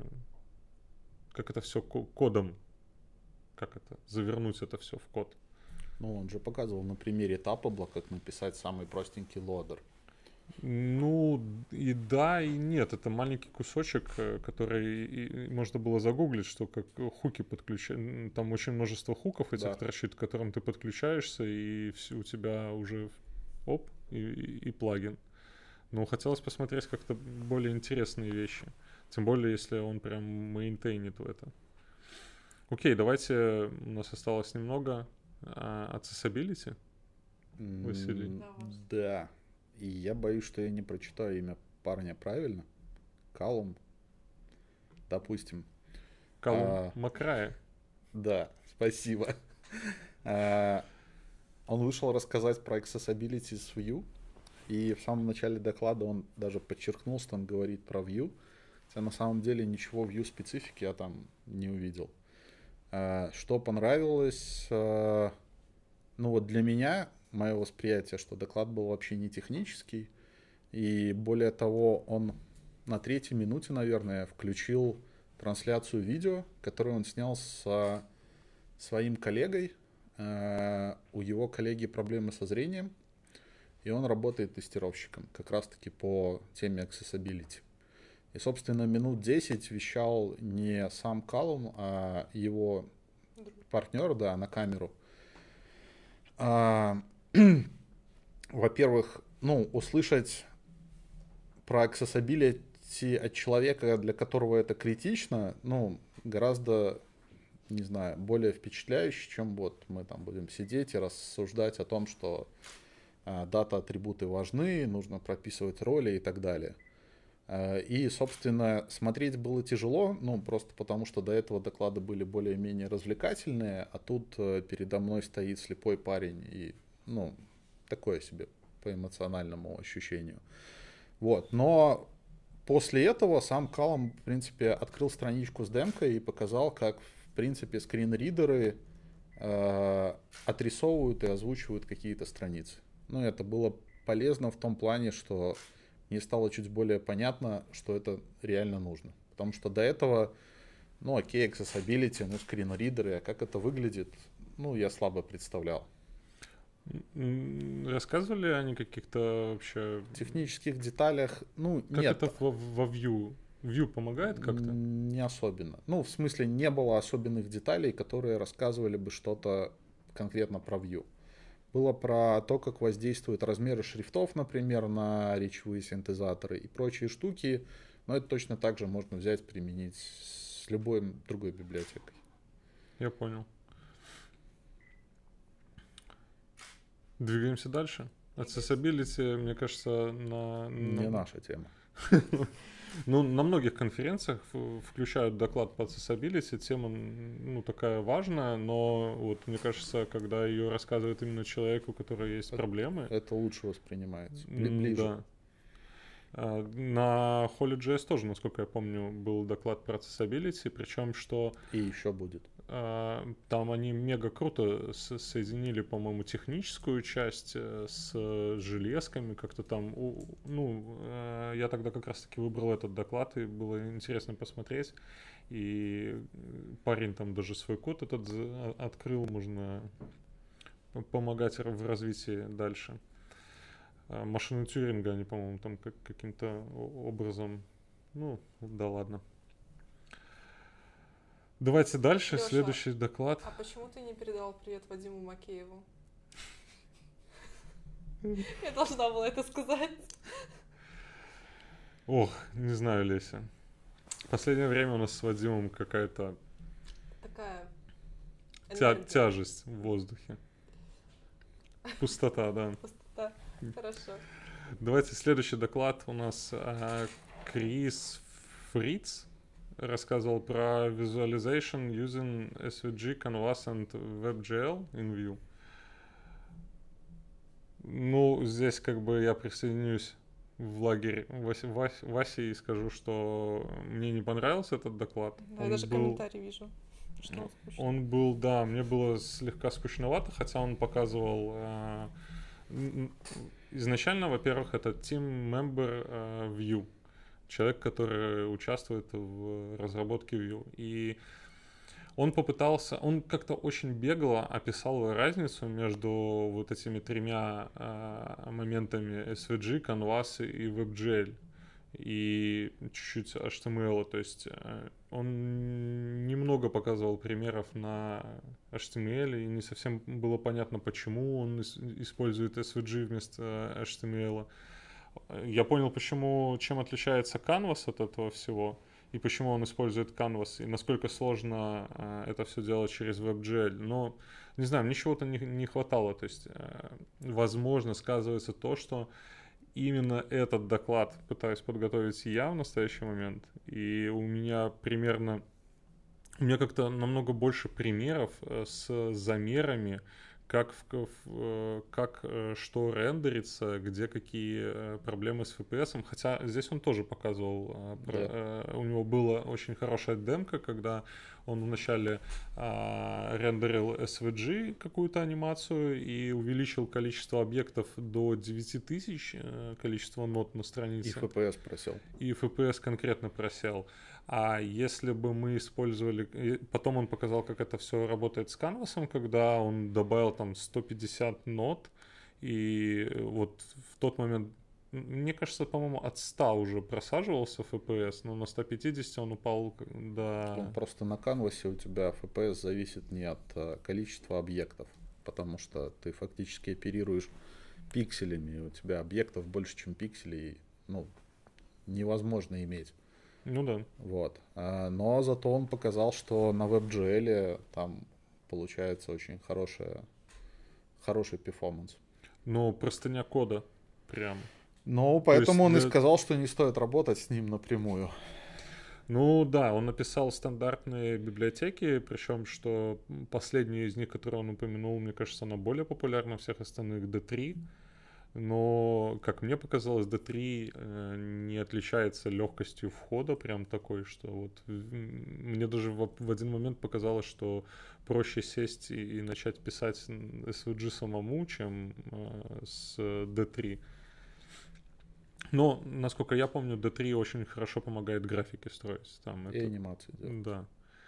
кодом, как это, завернуть это все в код. Ну, он же показывал на примере Tappable, как написать самый простенький лодер. Ну, и да, и нет. Это маленький кусочек, который можно было загуглить, что как хуки подключать. Там очень множество хуков этих торчит, к которым ты подключаешься, и у тебя уже и плагин. Но хотелось посмотреть как-то более интересные вещи. Тем более, если он прям мейнтейнит в это. Окей, давайте, у нас осталось немного. Accessibility, Василий? Да. И я боюсь, что я не прочитаю имя парня правильно. Калум, допустим. Калум Макрая. Да, спасибо. Он вышел рассказать про accessibility с Vue. И в самом начале доклада он даже подчеркнул, что он говорит про Vue. Хотя на самом деле ничего Vue специфики я там не увидел. Что понравилось? Ну вот для меня... Мое восприятие, что доклад был вообще не технический. И более того, он на 3-й минуте, наверное, включил трансляцию видео, которую он снял с своим коллегой. У его коллеги проблемы со зрением. И он работает тестировщиком, как раз-таки по теме accessibility. И, собственно, минут 10 вещал не сам Калум, а его партнер, да, на камеру. Во-первых, услышать про accessibility от человека, для которого это критично, гораздо, не знаю, более впечатляюще, чем вот мы там будем сидеть и рассуждать о том, что дата-атрибуты важны, нужно прописывать роли и так далее. И, собственно, смотреть было тяжело, просто потому что до этого доклады были более-менее развлекательные, а тут передо мной стоит слепой парень и, такое себе по эмоциональному ощущению. Вот. Но после этого сам Калум, в принципе, открыл страничку с демкой и показал, как, в принципе, скринридеры отрисовывают и озвучивают какие-то страницы. Это было полезно в том плане, что мне стало чуть более понятно, что это реально нужно. Потому что до этого, ну, окей, accessibility, ну, скринридеры, а как это выглядит, ну, я слабо представлял. Рассказывали они каких-то вообще... В технических деталях, ну, как нет. это во Vue? Vue помогает как-то? Не особенно. Ну, в смысле, не было особенных деталей, которые рассказывали бы что-то конкретно про Vue. Было про то, как воздействуют размеры шрифтов, например, на речевые синтезаторы и прочие штуки, но это точно так же можно взять, применить с любой другой библиотекой. Я понял. Двигаемся дальше. Accessibility, мне кажется, Не наша тема. Ну, на многих конференциях включают доклад по accessibility. Тема, ну, такая важная, но вот мне кажется, когда ее рассказывает именно человеку, у которого есть проблемы... Это лучше воспринимается. Ближе. Да. На Holy.js тоже, насколько я помню, был доклад про accessibility, причем что... И еще будет. Там они мега круто соединили, по-моему, техническую часть с железками, как-то там, ну, я тогда как раз-таки выбрал этот доклад, и было интересно посмотреть, и парень там даже свой код этот открыл, можно помогать в развитии дальше. Машины Тьюринга, они, по-моему, там каким-то образом, ну, да ладно. Давайте дальше, Лёша, следующий доклад. А почему ты не передал привет Вадиму Макееву? Я должна была это сказать. Ох, не знаю, Леся. В последнее время у нас с Вадимом какая-то Такая тяжесть в воздухе. Пустота, да. Пустота. Хорошо. Давайте следующий доклад. У нас Крис Фриц рассказывал про visualization using SVG, Canvas and WebGL in Vue. Ну, здесь как бы я присоединюсь в лагерь Васи и скажу, что мне не понравился этот доклад. Да, я даже комментарий вижу. Что он был, да, мне было слегка скучновато, хотя он показывал... изначально, во-первых, это team member Vue. Человек, который участвует в разработке Vue. И он попытался, он как-то очень бегло описал разницу между вот этими тремя моментами SVG, Canvas и WebGL. И чуть-чуть HTML. То есть он немного показывал примеров на HTML, и не совсем было понятно, почему он использует SVG вместо HTML. Я понял, чем отличается Canvas от этого всего, и почему он использует Canvas, и насколько сложно это все делать через WebGL. Но, не знаю, мне чего-то не хватало. То есть, возможно, сказывается то, что именно этот доклад пытаюсь подготовить я в настоящий момент, и у меня как-то намного больше примеров с замерами, как что рендерится, где какие проблемы с FPS. Хотя здесь он тоже показывал, у него была очень хорошая демка, когда он вначале рендерил SVG какую-то анимацию и увеличил количество объектов до 9000, количество нот на странице. И FPS просел. И FPS конкретно просел. А если бы мы использовали... Потом он показал, как это все работает с Canvas, когда он добавил там 150 нот, и вот в тот момент, мне кажется, по-моему, от 100 уже просаживался FPS, но на 150 он упал до... Просто на Canvas у тебя FPS зависит не от количества объектов, потому что ты фактически оперируешь пикселями, и у тебя объектов больше, чем пикселей, ну, невозможно иметь. Ну да. Вот. Но зато он показал, что на WebGL там получается очень хороший перформанс. Ну, простыня кода прям. Ну, поэтому он и сказал, что не стоит работать с ним напрямую. Ну да, он написал стандартные библиотеки, причем что последняя из них, которую он упомянул, мне кажется, она более популярна всех остальных, D3. Но, как мне показалось, D3 не отличается легкостью входа прям такой, что вот мне даже в один момент показалось, что проще сесть и начать писать SVG самому, чем с D3. Но, насколько я помню, D3 очень хорошо помогает графики строить. Там И анимации делать. Да.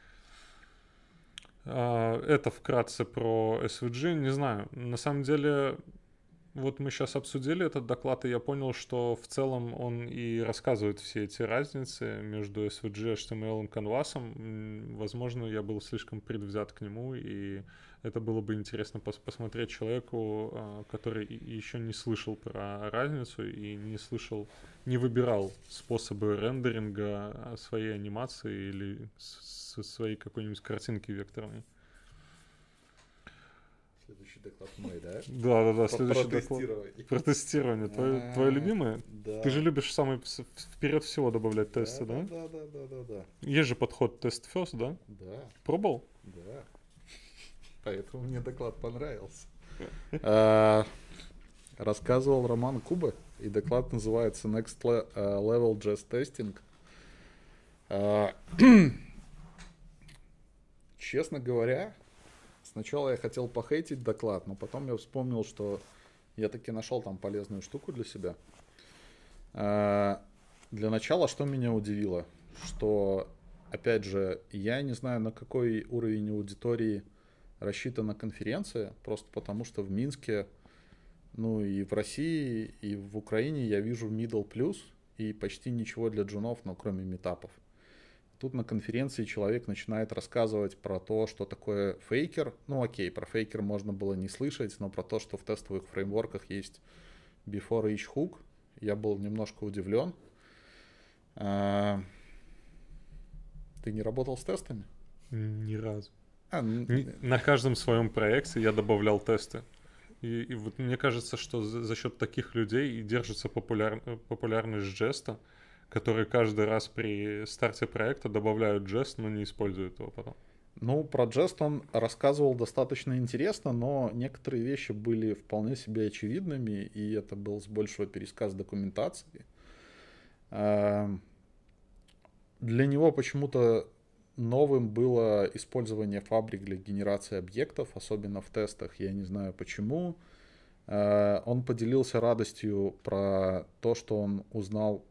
Это вкратце про SVG. Не знаю, на самом деле, вот мы сейчас обсудили этот доклад, и я понял, что в целом он и рассказывает все эти разницы между SVG, HTML и Canvas. Возможно, я был слишком предвзят к нему, и это было бы интересно посмотреть человеку, который еще не слышал про разницу и не выбирал способы рендеринга своей анимации или своей какой-нибудь картинки векторной. Следующий доклад мой, да? Да, следующий доклад. Про тестирование. Твое любимое? Да. Ты же любишь самый вперед всего добавлять тесты, да? Да. Есть же подход тест first, да? Да. Пробовал? Да. Поэтому мне доклад понравился. Рассказывал Роман Куба, и доклад называется Next Level Jest Testing. Честно говоря, сначала я хотел похейтить доклад, но потом я вспомнил, что я таки нашел там полезную штуку для себя. Для начала, что меня удивило, что, опять же, я не знаю, на какой уровень аудитории рассчитана конференция, просто потому что в Минске, ну и в России, и в Украине я вижу middle plus и почти ничего для джунов, но кроме митапов. Тут на конференции человек начинает рассказывать про то, что такое фейкер. Ну окей, про фейкер можно было не слышать, но про то, что в тестовых фреймворках есть before each hook, я был немножко удивлен. Ты не работал с тестами? Ни разу. На каждом своем проекте я добавлял тесты. И вот мне кажется, что за счет таких людей и держится популярность жеста, которые каждый раз при старте проекта добавляют жест, но не используют его потом. Ну, про жест он рассказывал достаточно интересно, но некоторые вещи были вполне себе очевидными, и это был с большего пересказ документации. Для него почему-то новым было использование фабрик для генерации объектов, особенно в тестах, я не знаю почему. Он поделился радостью про то, что он узнал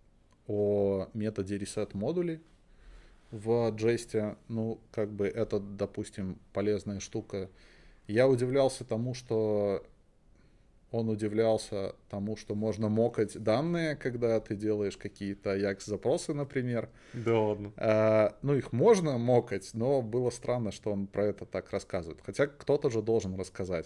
о методе reset модулей в Jest. Ну, как бы это, допустим, полезная штука. Я удивлялся тому, что он удивлялся тому, что можно мокать данные, когда ты делаешь какие-то Ajax-запросы, например. Да ладно. Ну, их можно мокать, но было странно, что он про это так рассказывает. Хотя кто-то же должен рассказать.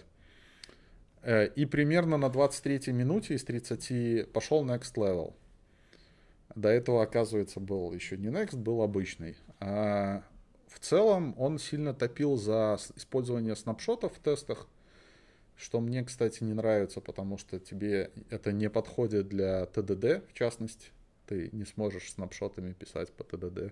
И примерно на 23-й минуте из 30 пошел next level. До этого, оказывается, был еще не next, был обычный. В целом он сильно топил за использование снапшотов в тестах, что мне, кстати, не нравится, потому что тебе это не подходит для TDD, в частности. Ты не сможешь снапшотами писать по TDD.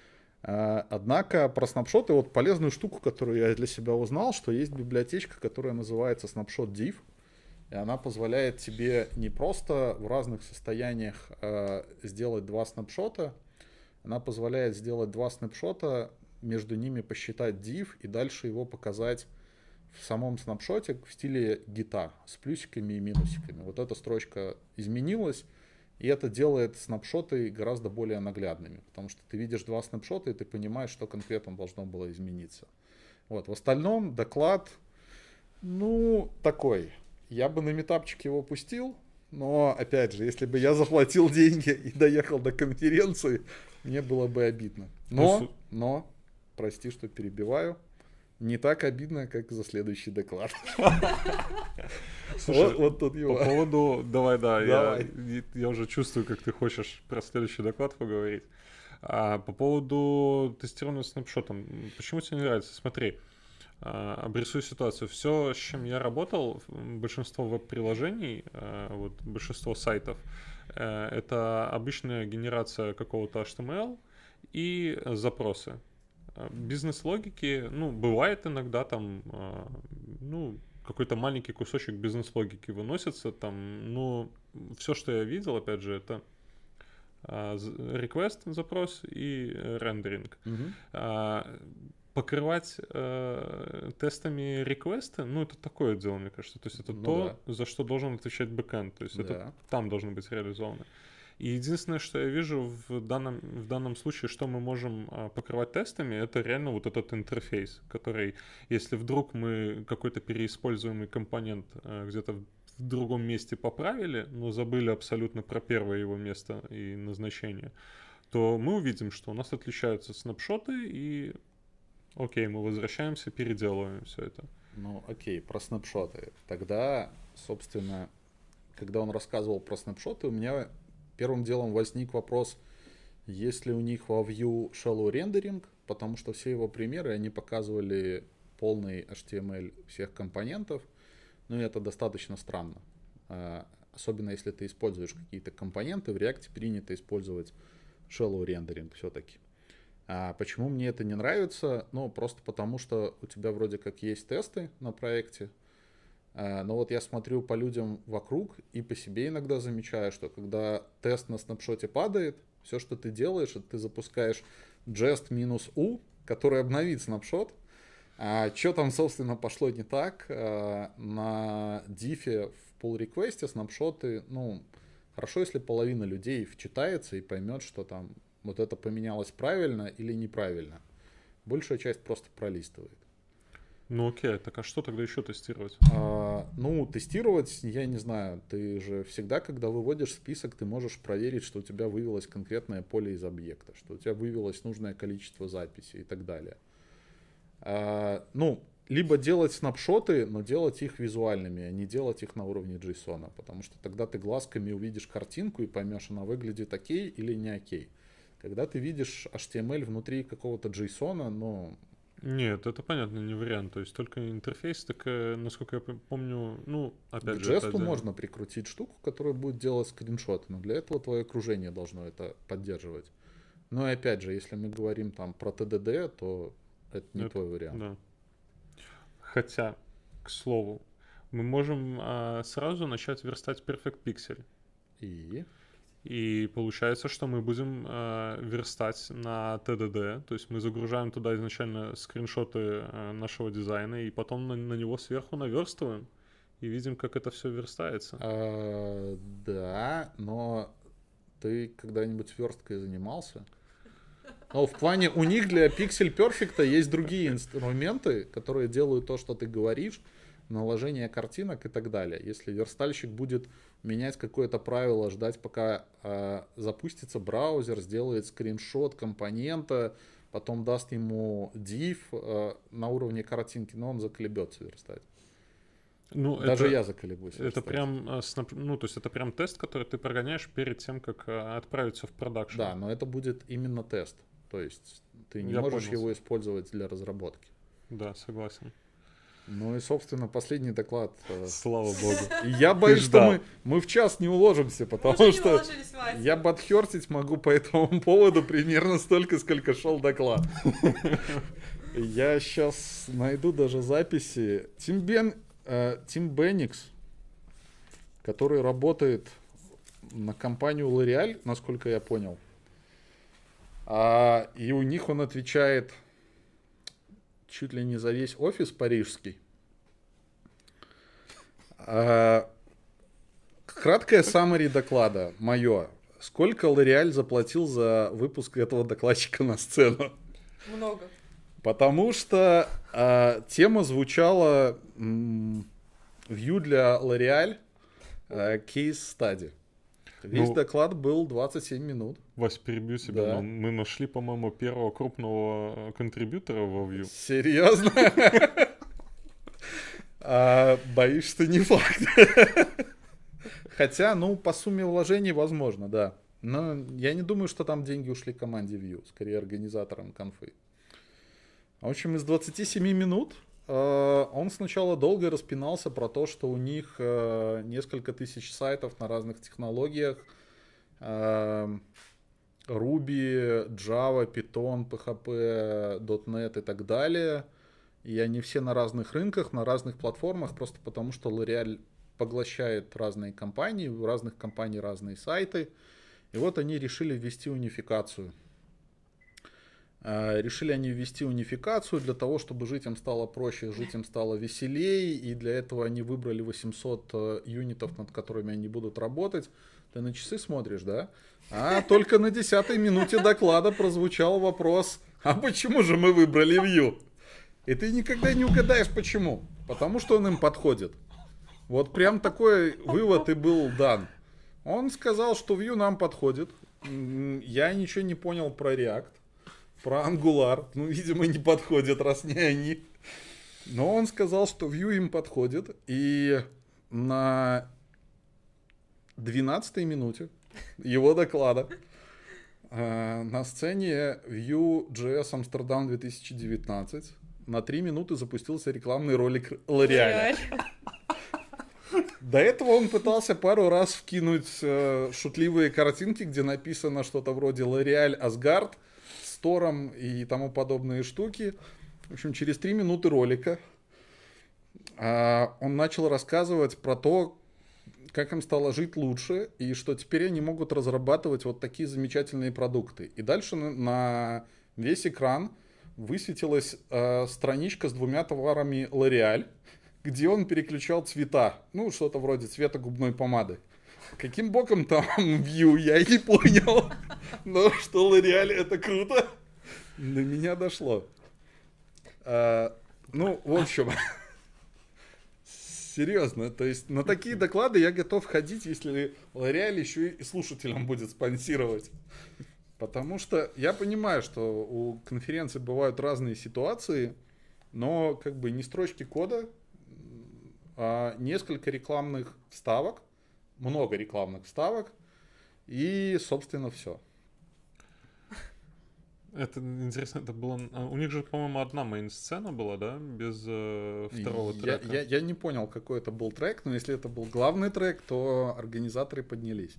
Однако про снапшоты, вот полезную штуку, которую я для себя узнал, что есть библиотечка, которая называется Snapshot-Div. И она позволяет тебе не просто в разных состояниях сделать два снапшота, она позволяет сделать два снапшота, между ними посчитать div и дальше его показать в самом снапшоте в стиле гита с плюсиками и минусиками. Вот эта строчка изменилась, и это делает снапшоты гораздо более наглядными, потому что ты видишь два снапшота, и ты понимаешь, что конкретно должно было измениться. Вот. В остальном доклад, ну, такой. Я бы на митапчик его пустил, но, опять же, если бы я заплатил деньги и доехал до конференции, мне было бы обидно. Но, прости, что перебиваю, не так обидно, как за следующий доклад. Слушай, вот тут его. По поводу... Давай. Я уже чувствую, как ты хочешь про следующий доклад поговорить. По поводу тестирования снапшотом. Почему тебе не нравится? Смотри. Обрисую ситуацию. Все, с чем я работал, большинство веб-приложений, вот большинство сайтов, это обычная генерация какого-то HTML и запросы. Бизнес-логики, ну, бывает иногда там, ну, какой-то маленький кусочек бизнес-логики выносится там, но все, что я видел, опять же, это request запрос и рендеринг. покрывать тестами реквесты, ну, это такое дело, мне кажется. То есть это за что должен отвечать бэкэнд. То есть это там должно быть реализовано. И единственное, что я вижу в данном случае, что мы можем покрывать тестами, это реально вот этот интерфейс, который, если вдруг мы какой-то переиспользуемый компонент где-то в другом месте поправили, но забыли абсолютно про первое его место и назначение, то мы увидим, что у нас отличаются снапшоты, и окей, мы возвращаемся, переделываем все это. Ну, окей, про снапшоты. Тогда, собственно, когда он рассказывал про снапшоты, у меня первым делом возник вопрос, есть ли у них во Vue shallow rendering, потому что все его примеры, они показывали полный HTML всех компонентов, ну и это достаточно странно. Особенно если ты используешь какие-то компоненты, в React принято использовать shallow rendering все-таки. А почему мне это не нравится? Ну, просто потому что у тебя вроде как есть тесты на проекте, но вот я смотрю по людям вокруг и по себе иногда замечаю, что когда тест на снапшоте падает, все, что ты делаешь, это ты запускаешь jest-u, который обновит снапшот. А что там, собственно, пошло не так? На дифе в pull request снапшоты, ну, хорошо, если половина людей вчитается и поймет, что там вот это поменялось правильно или неправильно. Большая часть просто пролистывает. Ну окей, так а что тогда еще тестировать? Тестировать, я не знаю, ты же всегда, когда выводишь список, ты можешь проверить, что у тебя вывелось конкретное поле из объекта, что у тебя вывелось нужное количество записей и так далее. Либо делать снапшоты, но делать их визуальными, а не делать их на уровне JSON, потому что тогда ты глазками увидишь картинку и поймешь, она выглядит окей или не окей. Когда ты видишь HTML внутри какого-то JSON, ну... Нет, это понятно, не вариант. То есть только интерфейс, так, насколько я помню, ну, опять к же... К жесту можно прикрутить штуку, которая будет делать скриншоты, но для этого твое окружение должно это поддерживать. Но и опять же, если мы говорим там про TDD, то это не твой вариант. Да. Хотя, к слову, мы можем сразу начать верстать Perfect Pixel. И получается, что мы будем верстать на TDD, то есть мы загружаем туда изначально скриншоты нашего дизайна, и потом на него сверху наверстываем, и видим, как это все верстается. Да, но ты когда-нибудь версткой занимался? Но в плане, у них для Pixel Perfect есть другие инструменты, которые делают то, что ты говоришь, наложение картинок и так далее. Если верстальщик будет менять какое-то правило, ждать, пока запустится браузер, сделает скриншот компонента, потом даст ему div на уровне картинки, но он заколебется верстать. Ну, даже я заколебусь. Это прям, то есть это прям тест, который ты прогоняешь перед тем, как отправиться в продакшн. Да, но это будет именно тест. То есть ты не можешь его использовать для разработки. Да, согласен. Ну и, собственно, последний доклад. Слава богу. Я боюсь, что мы в час не уложимся, потому что я подхертить могу по этому поводу примерно столько, сколько шел доклад. Я сейчас найду даже записи. Тим Бенникс, который работает на компанию L'Oréal, насколько я понял. И у них он отвечает чуть ли не за весь офис парижский. Краткое саммари доклада мое. Сколько L'Oréal заплатил за выпуск этого докладчика на сцену? Много. Потому что тема звучала Vue для L'Oréal case study. Весь доклад был 27 минут. Вась, перебью себя, Да. но мы нашли, по-моему, первого крупного контрибьютора во Vue. Серьезно? Боюсь, что не факт. Хотя, по сумме вложений возможно, да. Но я не думаю, что там деньги ушли команде Vue, скорее организаторам конфы. В общем, из 27 минут он сначала долго распинался про то, что у них несколько тысяч сайтов на разных технологиях. Ruby, Java, Python, PHP, .NET и так далее. И они все на разных рынках, на разных платформах, просто потому что L'Oréal поглощает разные компании, у разных компаний разные сайты. И вот они решили ввести унификацию. Решили они ввести унификацию для того, чтобы жить им стало проще, жить им стало веселее, и для этого они выбрали 800 юнитов, над которыми они будут работать. Ты на часы смотришь, да? А только на 10-й минуте доклада прозвучал вопрос: а почему же мы выбрали Vue? И ты никогда не угадаешь, почему. Потому что он им подходит. Вот прям такой вывод и был дан. Он сказал, что Vue нам подходит. Я ничего не понял про React, про Angular. Ну, видимо, не подходит, раз не они. Но он сказал, что Vue им подходит. И на 12-й минуте его доклада на сцене Vue.js Amsterdam 2019 на 3 минуты запустился рекламный ролик L'Oréal. До этого он пытался пару раз вкинуть шутливые картинки, где написано что-то вроде L'Oréal Asgard с Тором и тому подобные штуки. В общем, через 3 минуты ролика он начал рассказывать про то, как им стало жить лучше, и что теперь они могут разрабатывать вот такие замечательные продукты. И дальше на весь экран высветилась страничка с 2 товарами L'Oréal, где он переключал цвета. Ну, что-то вроде цвета губной помады. Каким боком там Vue, я не понял. Но что L'Oréal это круто, до меня дошло. Ну, в общем... Серьезно, то есть на такие доклады я готов ходить, если L'Oréal еще и слушателям будет спонсировать. Потому что я понимаю, что у конференции бывают разные ситуации, но как бы не строчки кода, а несколько рекламных вставок, много рекламных вставок и, собственно, все. Это интересно, это было... У них же, по-моему, одна мейн-сцена была, да? Без второго трека. Я не понял, какой это был трек, но если это был главный трек, то организаторы поднялись.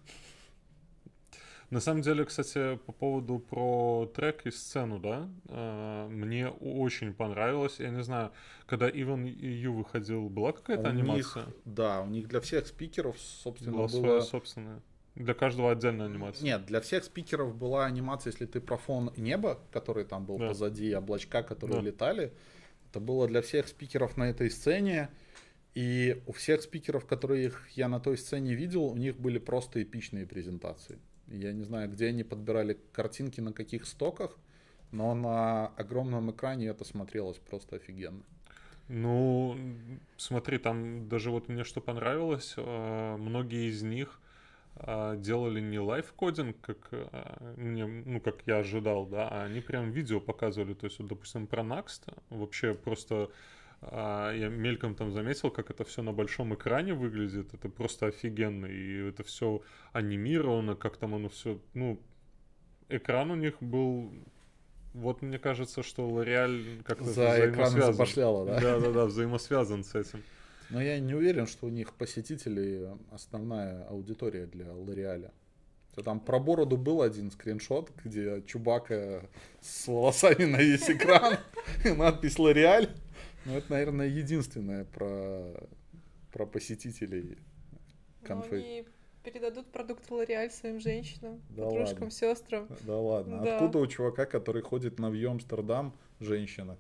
На самом деле, кстати, по поводу про трек и сцену, да, мне очень понравилось. Я не знаю, когда Иван Ю выходил, была какая-то анимация? Да, у них для всех спикеров, собственно, была своя собственная. Для каждого отдельная анимация. Нет, для всех спикеров была анимация, если ты про фон неба, который там был позади, облачка, которые летали. Это было для всех спикеров на этой сцене. И у всех спикеров, которых я на той сцене видел, у них были просто эпичные презентации. Я не знаю, где они подбирали картинки, на каких стоках, но на огромном экране это смотрелось просто офигенно. Ну, смотри, там даже вот мне что понравилось, многие из них делали не лайв-кодинг, как мне, ну, как я ожидал, да, а они прям видео показывали. То есть, вот, допустим, про Next вообще просто я мельком там заметил, как это все на большом экране выглядит. Это просто офигенно. И это все анимировано, как там оно все. Ну, экран у них был. Вот мне кажется, что L'Oréal как-то за экраном запошляло, да? Да, взаимосвязан с этим. Но я не уверен, что у них посетители основная аудитория для L'Oréal. Там про бороду был один скриншот, где Чубака с волосами на весь экран и надпись L'Oréal. Но это, наверное, единственное про посетителей конфы. Но они передадут продукт L'Oréal своим женщинам, да подружкам, ладно. сестрам. Да ладно. Да. Откуда у чувака, который ходит на Vue Amsterdam, женщина?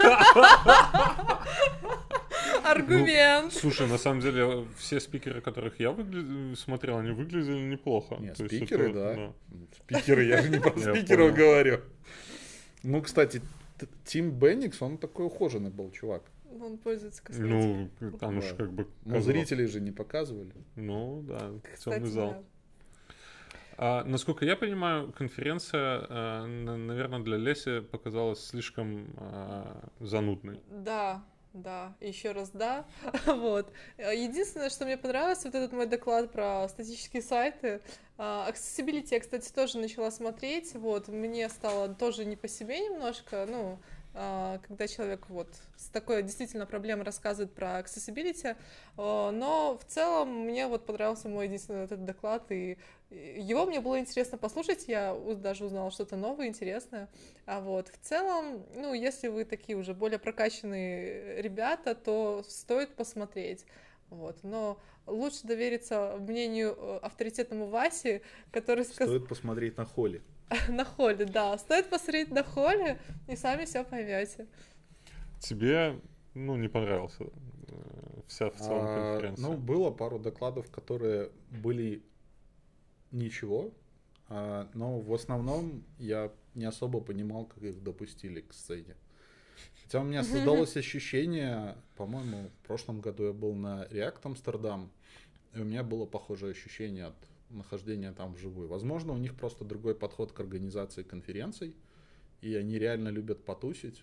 Аргумент. Ну, слушай, на самом деле, все спикеры, которых я смотрел, они выглядели неплохо. Нет, то спикеры, это, да. Спикеры, я же не про спикеров говорю. Ну, кстати, Тим Бенникс, он такой ухоженный был чувак. Он пользуется косметикой. Ну, там уж как бы... Ну, зрителей же не показывали. Ну, да, Кстати, темный зал. Да. Насколько я понимаю, конференция, наверное, для Леси показалась слишком занудной. Да, еще раз да. Вот. Единственное, что мне понравилось, вот этот мой доклад про статические сайты. Accessibility я, кстати, тоже начала смотреть. Вот. Мне стало тоже не по себе немножко, ну, когда человек вот с такой действительно проблемой рассказывает про accessibility, но в целом мне вот понравился мой единственный этот доклад, и его мне было интересно послушать, я даже узнала что-то новое, интересное, а вот в целом, ну, если вы такие уже более прокачанные ребята, то стоит посмотреть. Вот. Но лучше довериться мнению авторитетному Васе, который сказал... Стоит посмотреть на Холли. На холле, да. Стоит посмотреть на холле, и сами все поймете. Тебе, не понравился вся в целом конференция? Ну, было пару докладов, которые были ничего, но в основном я не особо понимал, как их допустили к сцене. Хотя у меня создалось ощущение, по-моему, в прошлом году я был на React Amsterdam, и у меня было похожее ощущение от нахождения там вживую. Возможно, у них просто другой подход к организации конференций, и они реально любят потусить.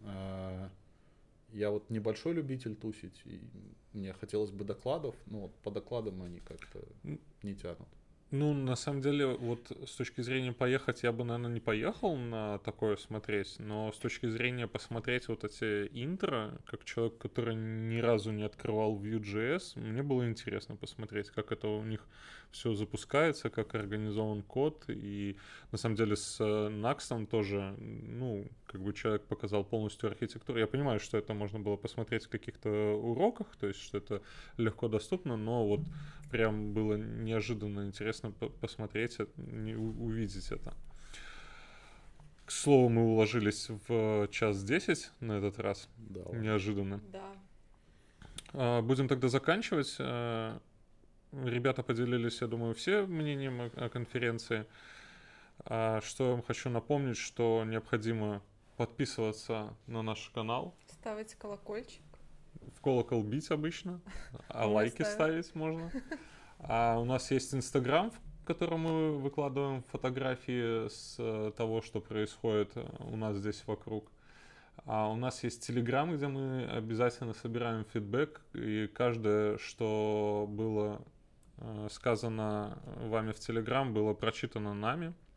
Я вот небольшой любитель тусить, и мне хотелось бы докладов, но вот по докладам они как-то не тянут. Ну, на самом деле, вот с точки зрения поехать, я бы, наверное, не поехал на такое смотреть, но с точки зрения посмотреть вот эти интро, как человек, который ни разу не открывал Vue.js, мне было интересно посмотреть, как это у них все запускается, как организован код, и на самом деле с Nuxt тоже, как бы человек показал полностью архитектуру. Я понимаю, что это можно было посмотреть в каких-то уроках, то есть, что это легко доступно, но вот прям было неожиданно интересно посмотреть, увидеть это. К слову, мы уложились в 1:10 на этот раз. Да. Неожиданно. Да. Будем тогда заканчивать. Ребята поделились, я думаю, все мнением о конференции. Что я вам хочу напомнить, что необходимо подписываться на наш канал. Ставить колокольчик. В колокол бить обычно, а лайки ставить можно. У нас есть Инстаграм, в котором мы выкладываем фотографии с того, что происходит у нас здесь вокруг. У нас есть Телеграм, где мы обязательно собираем фидбэк, и каждое, что было сказано вами в Телеграм, было прочитано нами.